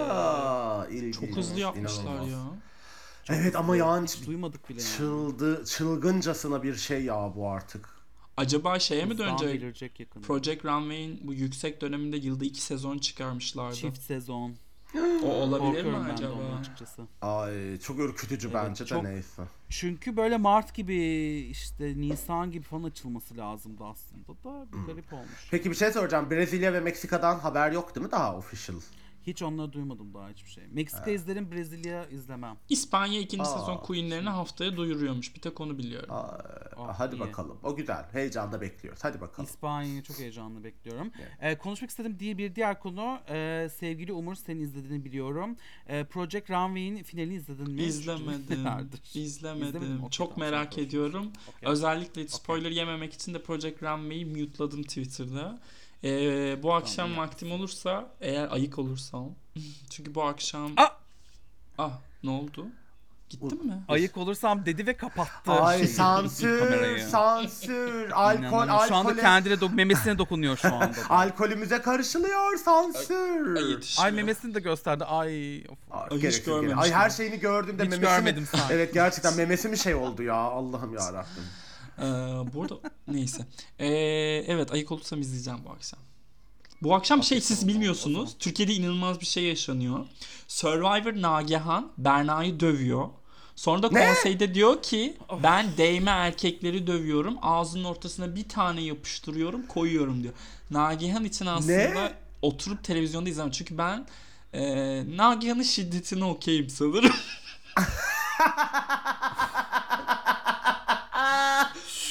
Aa, ilginç.
Çok hızlı yapmışlar
İnanılmaz.
ya.
Evet ama yani
Hiç duymadık bile yani.
çıldı, çılgıncasına bir şey ya bu artık.
Acaba şeye mi
Hızdan
dönecek?
belirecek yakında.
Project Runway'in bu yüksek döneminde yılda iki sezon çıkarmışlardı.
Çift sezon.
O olabilir mi
Korkuyorum ben de
acaba?
ondan açıkçası.
Ay çok ürkütücü
Evet,
bence
çok-
de neyse.
Çünkü böyle Mart gibi, işte Nisan gibi falan açılması lazımdı aslında da bir garip olmuş.
Peki bir şey soracağım. Brezilya ve Meksika'dan haber yok değil mi daha official?
Hiç onları duymadım daha, hiçbir şey. Meksika izlerim, Brezilya izlemem.
İspanya ikinci
Aa.
sezon Queen'lerini haftaya duyuruyormuş. Bir tek onu biliyorum.
Aa,
Ah,
hadi
iyi.
bakalım. O güzel. Heyecanla bekliyoruz. Hadi bakalım.
İspanya'yı çok heyecanlı bekliyorum. Ee, konuşmak istediğim diye bir diğer konu, e, sevgili Umur, senin izlediğini biliyorum. E, Project Runway'in finalini izledin mi?
İzlemedim.
Nelerdir?
İzlemedim.
İzlemedin mi? Okey,
Çok
tamam,
merak
sen
ediyorum.
Okey.
Özellikle spoiler yememek için de Project Runway'i mute'ladım Twitter'da. Ee, bu akşam
iyi
vaktim olursa, eğer ayık olursam. Çünkü bu akşam...
Ah!
Ah, ne oldu? Gittin mi?
Ayık olursam dedi ve kapattı.
Ay
şeyi,
sansür,
kamerayı.
sansür, alkol,
İnanamıyorum. Şu anda
alkol,
kendine dok- memesine dokunuyor şu anda. da.
alkolümüze karışılıyor sansür.
Ay, yetişmiyor.
Ay memesini de gösterdi. Ay. Of.
Ay,
Ay, hiç
gereksiz gene.
görmemiştim.
Ay her şeyini gördüm de
Hiç
memesi
görmedim
mi?
sanki.
Evet gerçekten memesi mi şey oldu ya Allah'ım yarabbim.
Ee, bu arada neyse. Ee, evet, ayık olursam izleyeceğim bu akşam. Bu akşam şey, siz
tamam, o
bilmiyorsunuz.
zaman.
Türkiye'de inanılmaz bir şey yaşanıyor. Survivor Nagihan Berna'yı dövüyor. Sonra da
Ne?
konseyde diyor ki ben değme erkekleri dövüyorum. Ağzının ortasına bir tane yapıştırıyorum, koyuyorum diyor. Nagihan için aslında
Ne?
oturup televizyonda izlemem. Çünkü ben e, Nagihan'ın şiddetine okeyim sanırım.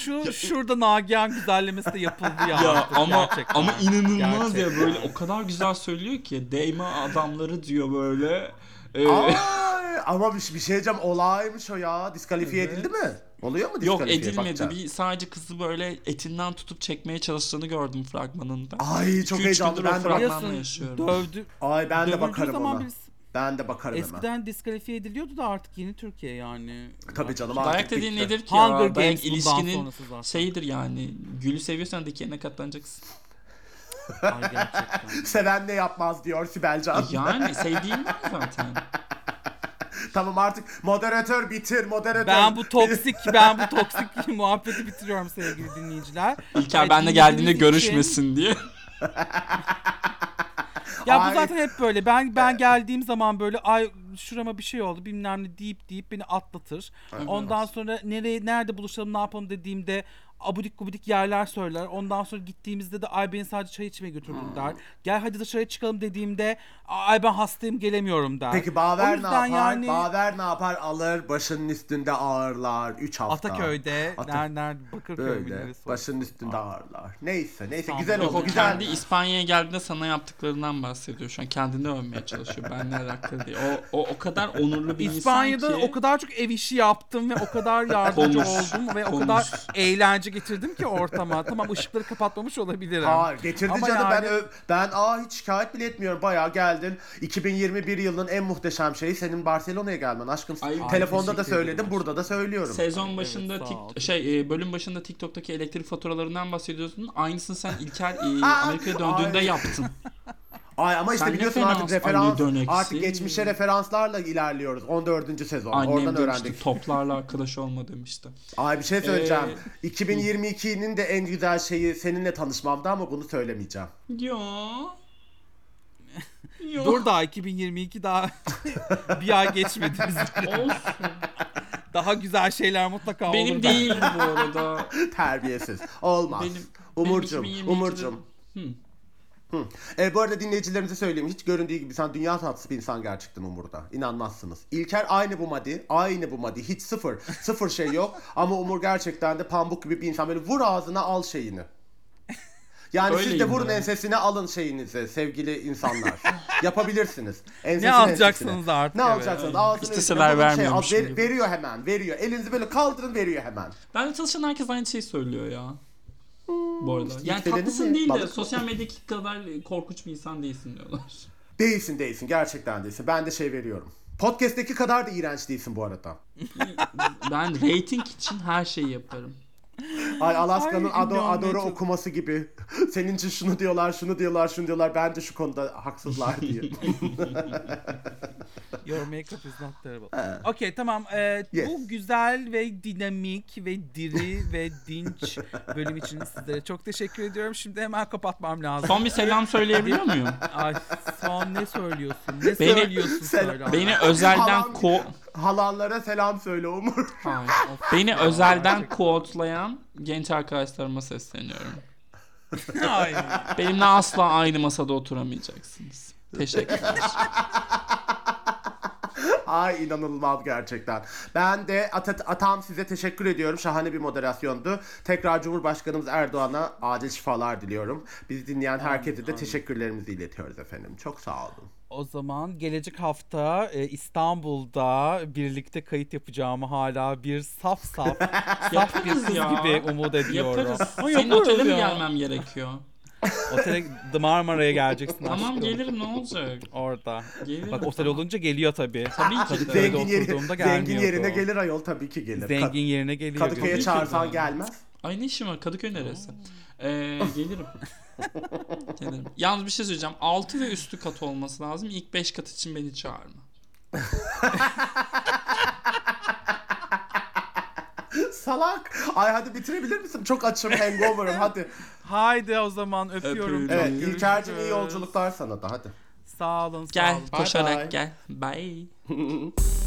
şu şurada Nagihan güzellemesi de yapıldı ya.
Ya
artık
ama
gerçekten.
ama inanılmaz ya,
Gerçekten.
böyle o kadar güzel söylüyor ki, değme adamları diyor böyle. Ee,
Ay, ama bir, bir şey diyeceğim, olaymış o ya. Diskalifiye
Evet.
edildi mi? Oluyor mu
Yok
diskalifiye?
edilmedi.
Bakacağım.
Bir sadece kızı böyle etinden tutup çekmeye çalıştığını gördüm fragmanında.
Ay çok
İki üç
heyecanlı.
gündür o
Ben de,
fragman-
Biliyorsun
yaşıyorum.
dövdü.
ay ben de
dövüldüğü
bakarım
zaman
ona.
birisi-
Ben de bakarım hemen.
Eskiden diskalifiye ediliyordu da artık yeni Türkiye yani.
Tabii canım,
Dayak
artık
dediğin
bitti.
nedir ki
Hunger
ya? Dayak
Games bundan
ilişkinin
sonrası zaten.
şeyidir yani. Gülü seviyorsan dikenine katlanacaksın.
Ay gerçekten.
Seven ne yapmaz diyor Sibelcan.
Yani sevdiğin var zaten.
Tamam artık moderatör bitir, moderatör.
Ben bu toksik ben bu toksik muhabbeti bitiriyorum sevgili dinleyiciler.
İlker
Ay,
benle geldiğinde
dinlediğiniz
görüşmesin diye.
Ya
Ay.
bu zaten hep böyle. Ben ben geldiğim zaman böyle ay şurama bir şey oldu bilmem ne deyip deyip beni atlatır. Ondan sonra nereye nerede buluşalım ne yapalım dediğimde abudik gubidik yerler söyler. Ondan sonra gittiğimizde de ay beni sadece çay içmeye götürdün der. Gel hadi dışarı çıkalım dediğimde ay ben hastayım gelemiyorum der.
Peki
O
Baver ne
yüzden
yapar?
yani-
Baver ne yapar? Alır, başının üstünde ağırlar üç hafta.
Ataköy'de,
Ata-
nerede, nerede Bakırköy mü
Böyle
neresi?
başının üstünde ağırlar. Neyse neyse
İstanbul.
güzel
Yok,
Yok,
oldu
o
güzel.
kendi İspanya'ya geldiğinde sana yaptıklarından bahsediyor. Şu an kendini övmeye çalışıyor. Benle alakalı değil. O, o, o kadar onurlu bir
İspanya'da
insan ki.
o kadar çok ev işi yaptım ve o kadar yardımcı
Konuş,
oldum ve
konuş.
o kadar eğlence getirdim ki ortama. Tamam ışıkları kapatmamış olabilirim.
Hayır getirdi
Ama
canım, ben
yani-
ö- ben aa hiç şikayet bile etmiyorum, bayağı geldin. iki bin yirmi bir yılının en muhteşem şeyi senin Barcelona'ya gelmen aşkım.
Ay,
Telefonda da
teşekkür
söyledim,
ederim.
burada da söylüyorum.
Sezon başında
evet, sağ
tik-
ol.
şey e, bölüm başında TikTok'taki elektrik faturalarından bahsediyorsun. Aynısını sen İlker e, Amerika'ya döndüğünde
Ay.
yaptın.
Ay ama işte
Sen ne
biliyorsun
fena
artık referans,
Ali döneksi.
artık geçmişe referanslarla ilerliyoruz. on dördüncü sezon.
Annem
Oradan
demişti
öğrendik.
toplarla arkadaş olma demişti.
Ay bir şey söyleyeceğim.
Ee,
iki bin yirmi ikinin de en güzel şeyi seninle tanışmamdı ama bunu söylemeyeceğim.
Yo. Yo.
Dur daha iki bin yirmi iki daha bir ay geçmedi bizim.
Olsun.
Daha güzel şeyler mutlaka olur.
Benim
ben-
değildi bu arada.
Terbiyesiz. Olmaz.
Benim-
Umurcum,
benim iki bin yirmi ikide
Umurcum.
Hı.
Hı. E, bu arada dinleyicilerimize söyleyeyim. Hiç göründüğü gibi sen dünya tatlısı bir insan gerçekten Umur'da. İnanmazsınız. İlker aynı bu madi. Aynı bu madi. Hiç sıfır. Sıfır şey yok. Ama Umur gerçekten de pamuk gibi bir insan. Böyle vur ağzına al şeyini. Yani siz de
Öyleyim
vurun
ben.
ensesine alın şeyinizi sevgili insanlar. Yapabilirsiniz. Ensesine,
Ne alacaksınız
ensesine.
artık,
Ne
evet.
alacaksınız? Ağzına
İsteseler
üstüne vurun,
vermiyormuş
al, ver-
gibi.
veriyor hemen. Veriyor. Elinizi böyle kaldırın, veriyor hemen.
Bende çalışan herkes aynı şeyi söylüyor ya. Bu arada.
işte
Yani
yükselenir
tatlısın
mi?
değil de
Balık mı?
sosyal medyadaki kadar korkunç bir insan değilsin diyorlar.
Değilsin değilsin. Gerçekten değilsin. Ben de şey veriyorum. Podcast'teki kadar da iğrenç değilsin bu arada.
Ben rating için her şeyi yaparım.
Ay Alaska'nın
Ay,
Ado,
ünlü
Ador'u
olmaya çok-
okuması gibi. Senin için şunu diyorlar, şunu diyorlar, şunu diyorlar. Ben de şu konuda haksızlar diye.
Your makeup is not terrible. Okey tamam. Ee,
Yes.
Bu güzel ve dinamik ve diri ve dinç bölüm için sizlere çok teşekkür ediyorum. Şimdi hemen kapatmam lazım.
Son bir selam söyleyebiliyor muyum?
Ay son ne söylüyorsun? Ne
Beni-
söylüyorsun
Sen-
söyle.
Beni özelden
Halam-
ko...
Halanlara selam söyle Umur.
Hayır. Beni özelden quote'layan genç arkadaşlarıma sesleniyorum.
Ay.
Benimle asla aynı masada oturamayacaksınız. Teşekkürler.
Ay inanılmaz gerçekten. Ben de Ata- Atam size teşekkür ediyorum. Şahane bir moderasyondu. Tekrar Cumhurbaşkanımız Erdoğan'a acil şifalar diliyorum. Bizi dinleyen herkese de teşekkürlerimizi iletiyoruz efendim. Çok sağ olun.
O zaman gelecek hafta e, İstanbul'da birlikte kayıt yapacağımı hala bir saf saf saf bir
Yaparız
kız
ya.
gibi umut ediyorum.
Yaparız.
Ama
Senin
yaparız
otele mi
ya.
gelmem gerekiyor?
Otele The Marmara'ya geleceksin
Tamam
aşkım.
gelirim, ne olacak?
Orada.
Gelirim.
Bak otel
tamam.
olunca geliyor tabii.
Tabii ki de.
Kadıköy'de
Zengin, yeri,
oturduğumda
zengin
gelmiyordu
yerine
o.
gelir ayol, tabii ki gelir.
Zengin yerine geliyor.
Kadıköy'e
Tabii ki
çağırsan
de.
gelmez.
Ay ne işim var? Kadıköy neresi? Ee, gelirim. Gelirim. Yalnız bir şey söyleyeceğim. altı ve üstü kat olması lazım. İlk beş kat için beni çağırma.
Salak. Ay hadi bitirebilir misin? Çok açım, hangover'ım hadi.
Haydi o zaman öpüyorum.
Öpüyorum.
çok.
Evet
Görüşürüz.
İlker'cim iyi yolculuklar sana da hadi.
Sağ olun sağ
Gel
olun.
Bye
koşarak
bye.
gel. Bye.